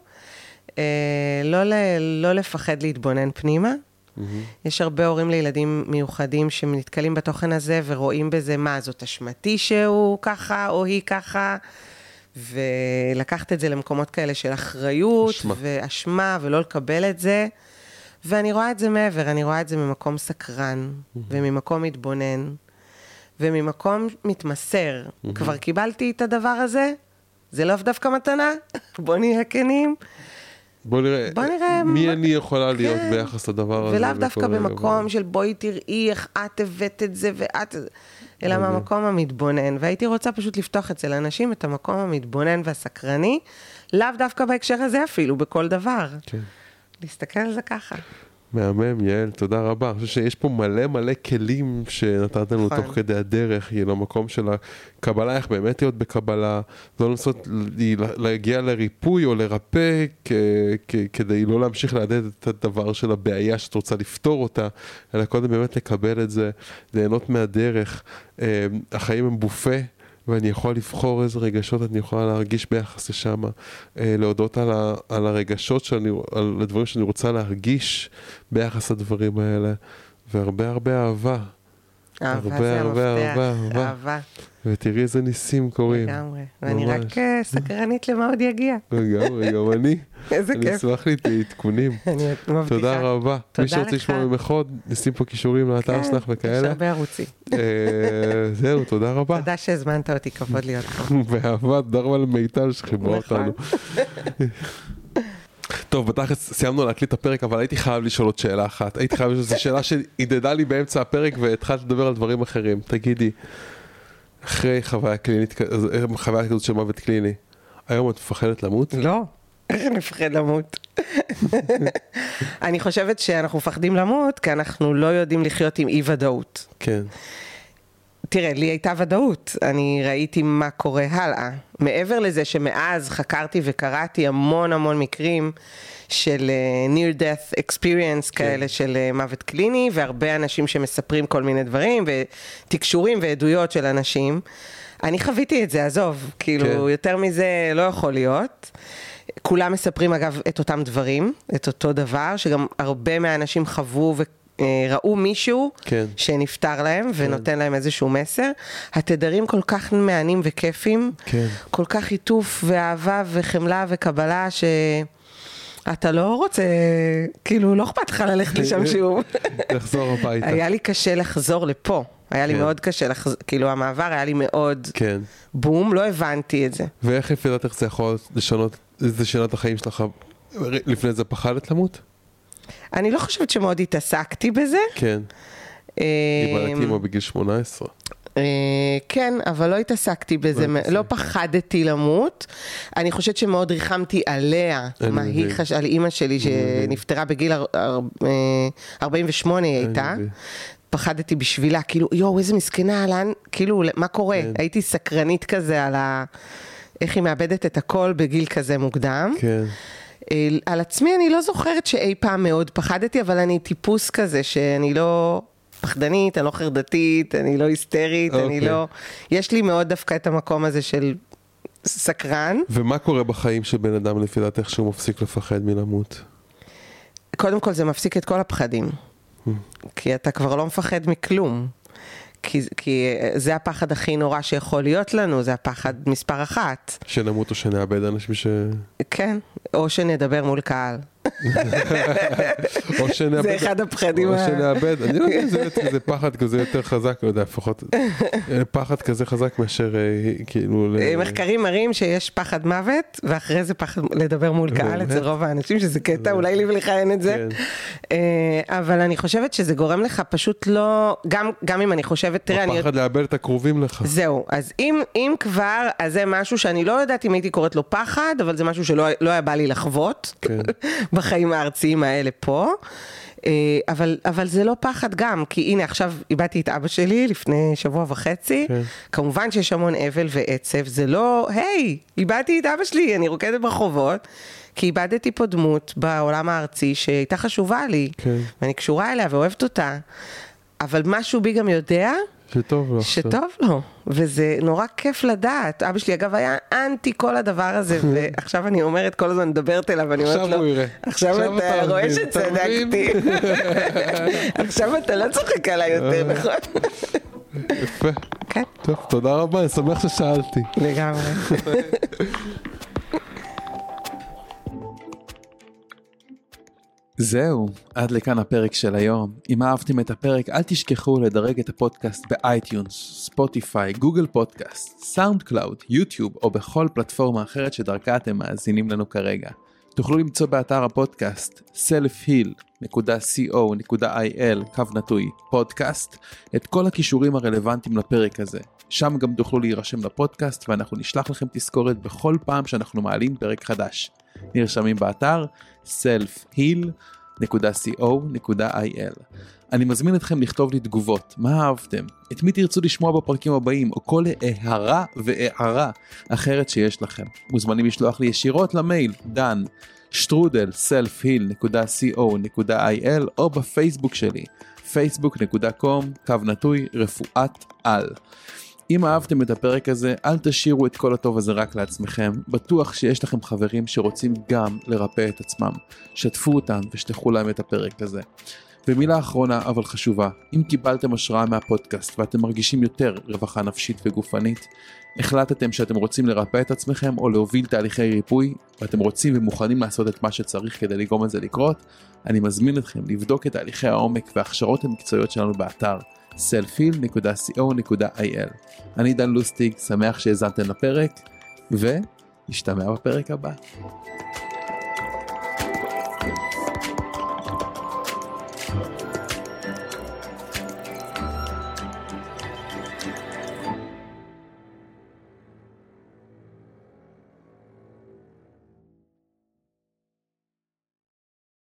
לא לפחד להתבונן פנימה. יש הרבה הורים לילדים מיוחדים שנתקלים בתוכן הזה ורואים בזה מה, זאת אשמתי שהוא ככה או היא ככה, ולקחת את זה למקומות כאלה של אחריות ואשמה ולא לקבל את זה. ואני רואה את זה מעבר, אני רואה את זה ממקום סקרן, וממקום מתבונן, וממקום מתמסר. כבר קיבלתי את הדבר הזה, זה לא דווקא מתנה, בוא נהיה כנים. בוא נראה, בוא נראה מי מה... אני יכולה להיות כן. ביחס לדבר הזה. ולאו דווקא במקום דבר. של בואי תראי איך את הבאת את זה ואת, אלא מהמקום המתבונן. והייתי רוצה פשוט לפתוח אצל אנשים את המקום המתבונן והסקרני, לאו דווקא בהקשר הזה אפילו, בכל דבר. כן. להסתכל על זה ככה. מהמם, יעל, תודה רבה. אני חושב שיש פה מלא מלא כלים שנתת לנו תוך כדי הדרך, יהיה למקום של הקבלה, איך באמת להיות בקבלה, לא לנסות להגיע לריפוי או לרפא, כדי לא להמשיך להדד את הדבר של הבעיה שאת רוצה לפתור אותה, אלא קודם באמת לקבל את זה, ליהנות מהדרך. החיים הם בופה, ואני יכול לבחור איזה רגשות אני יכולה להרגיש ביחס לשם, להודות על, ה, על הרגשות, שאני, על הדברים שאני רוצה להרגיש ביחס לדברים האלה, והרבה הרבה אהבה. אהבה הרבה, זה הרבה, המפתח, הרבה, אהבה. אהבה. ותראי איזה ניסים קורים. לגמרי, ואני רק סקרנית למה עוד יגיע. לגמרי, גם אני. איזה כיף. אני אשמח לי עדכונים. אני מבטיחה. תודה רבה. מי שרוצה לשמוע ממך עוד, נשים פה קישורים לאתר שלך וכאלה. יש הרבה ערוצים. זהו, תודה רבה. תודה שהזמנת אותי, כבוד להיות פה. באהבה, תודה רבה למיטל שחיברה אותנו. טוב, בתכלס סיימנו להקליט את הפרק, אבל הייתי חייב לשאול עוד שאלה אחת. הייתי חייב לשאול, זו שאלה שהתדדה לי באמצע הפרק והתחלתי לדבר על דברים אחרים. תגידי, אחרי חוויה קלינית, חוויה כזאת של מוות קליני, היום את מפחדת למות? לא, איך אני מפחד למות? אני חושבת שאנחנו מפחדים למות, כי אנחנו לא יודעים לחיות עם אי ודאות. כן. תראה, לי הייתה ודאות, אני ראיתי מה קורה הלאה. מעבר לזה שמאז חקרתי וקראתי המון המון מקרים של uh, near death experience כן. כאלה של uh, מוות קליני, והרבה אנשים שמספרים כל מיני דברים, ותקשורים ועדויות של אנשים. אני חוויתי את זה, עזוב, כאילו כן. יותר מזה לא יכול להיות. כולם מספרים אגב את אותם דברים, את אותו דבר, שגם הרבה מהאנשים חוו ו... ראו מישהו כן. שנפטר להם ונותן כן. להם איזשהו מסר. התדרים כל כך מעניינים וכיפים, כן. כל כך עיטוף ואהבה וחמלה וקבלה שאתה לא רוצה, כאילו לא אכפת לך ללכת לשם שוב. לחזור הביתה. היה לי קשה לחזור לפה, היה לי כן. מאוד קשה, לחז... כאילו המעבר היה לי מאוד כן. בום, לא הבנתי את זה. ואיך יפילת איך זה יכול לשנות, זה שינת החיים שלך, לפני זה פחדת למות? אני לא חושבת שמאוד התעסקתי בזה. כן. דיברתי אימא בגיל שמונה עשרה. כן, אבל לא התעסקתי בזה, לא פחדתי למות. אני חושבת שמאוד ריחמתי עליה, מה היא חשבה, על אימא שלי שנפטרה בגיל ארבעים ושמונה היא הייתה. פחדתי בשבילה, כאילו, יואו, איזה מסכנה, לאן, כאילו, מה קורה? הייתי סקרנית כזה על איך היא מאבדת את הכל בגיל כזה מוקדם. כן. על עצמי אני לא זוכרת שאי פעם מאוד פחדתי, אבל אני טיפוס כזה שאני לא פחדנית, אני לא חרדתית, אני לא היסטרית, אני לא... יש לי מאוד דווקא את המקום הזה של סקרן. ומה קורה בחיים של בן אדם לפי דעת איך שהוא מפסיק לפחד מלמות? קודם כל זה מפסיק את כל הפחדים, כי אתה כבר לא מפחד מכלום. כי, כי זה הפחד הכי נורא שיכול להיות לנו, זה הפחד מספר אחת. שנמות או שנאבד אנשים ש... כן, או שנדבר מול קהל. או שנאבד... זה אחד הפחדים. או שנאבד, אני לא יודע, זה, זה פחד כזה יותר חזק, לא יודע, לפחות פחד כזה חזק מאשר כאילו... מחקרים מראים שיש פחד מוות, ואחרי זה פחד לדבר מול קהל אצל רוב האנשים, שזה קטע, אולי לי ולך אין את זה. אבל אני חושבת שזה גורם לך פשוט לא... גם אם אני חושבת, תראה, אני... הפחד לאבד את הקרובים לך. זהו, אז אם כבר, אז זה משהו שאני לא יודעת אם הייתי קוראת לו פחד, אבל זה משהו שלא היה בא לי לחוות. כן. בחיים הארציים האלה פה, אבל, אבל זה לא פחד גם, כי הנה עכשיו איבדתי את אבא שלי לפני שבוע וחצי, כן. כמובן שיש המון אבל ועצב, זה לא, היי, איבדתי את אבא שלי, אני רוקדת ברחובות, כי איבדתי פה דמות בעולם הארצי שהייתה חשובה לי, כן. ואני קשורה אליה ואוהבת אותה, אבל משהו בי גם יודע, שטוב לו. שטוב לו, וזה נורא כיף לדעת. אבא שלי אגב היה אנטי כל הדבר הזה, ועכשיו אני אומרת, כל הזמן מדברת אליו, ואני אומרת לו, עכשיו הוא יראה. עכשיו אתה רואה שצדקתי. עכשיו אתה לא צוחק עליי יותר, נכון? יפה. כן. טוב, תודה רבה, אני שמח ששאלתי. לגמרי. זהו, עד לכאן הפרק של היום. אם אהבתם את הפרק, אל תשכחו לדרג את הפודקאסט באייטיונס, ספוטיפיי, גוגל פודקאסט, סאונד קלאוד, יוטיוב או בכל פלטפורמה אחרת שדרכה אתם מאזינים לנו כרגע. תוכלו למצוא באתר הפודקאסט סלף היל נקודה קו נקודה איי אל קו נטוי פודקאסט את כל הכישורים הרלוונטיים לפרק הזה. שם גם תוכלו להירשם לפודקאסט ואנחנו נשלח לכם תזכורת בכל פעם שאנחנו מעלים פרק חדש. נרשמים באתר סלף היל נקודה סי או נקודה איי אל. אני מזמין אתכם לכתוב לי תגובות, מה אהבתם, את מי תרצו לשמוע בפרקים הבאים, או כל הערה והערה אחרת שיש לכם. מוזמנים לשלוח לי ישירות למייל דן שטרודל סלף היל נקודה סי או נקודה איי אל או בפייסבוק שלי פייסבוק נקודה קום קו נטוי רפואת על. אם אהבתם את הפרק הזה, אל תשאירו את כל הטוב הזה רק לעצמכם. בטוח שיש לכם חברים שרוצים גם לרפא את עצמם. שתפו אותם ושתחו להם את הפרק הזה. ומילה אחרונה אבל חשובה, אם קיבלתם השראה מהפודקאסט ואתם מרגישים יותר רווחה נפשית וגופנית, החלטתם שאתם רוצים לרפא את עצמכם או להוביל תהליכי ריפוי, ואתם רוצים ומוכנים לעשות את מה שצריך כדי לגרום לזה לקרות, אני מזמין אתכם לבדוק את תהליכי העומק וההכשרות המקצועיות שלנו באתר סלף היל נקודה סי או נקודה איי אל. אני דן לוסטיג, שמח שהזנתם לפרק, ונשתמע בפרק הבא.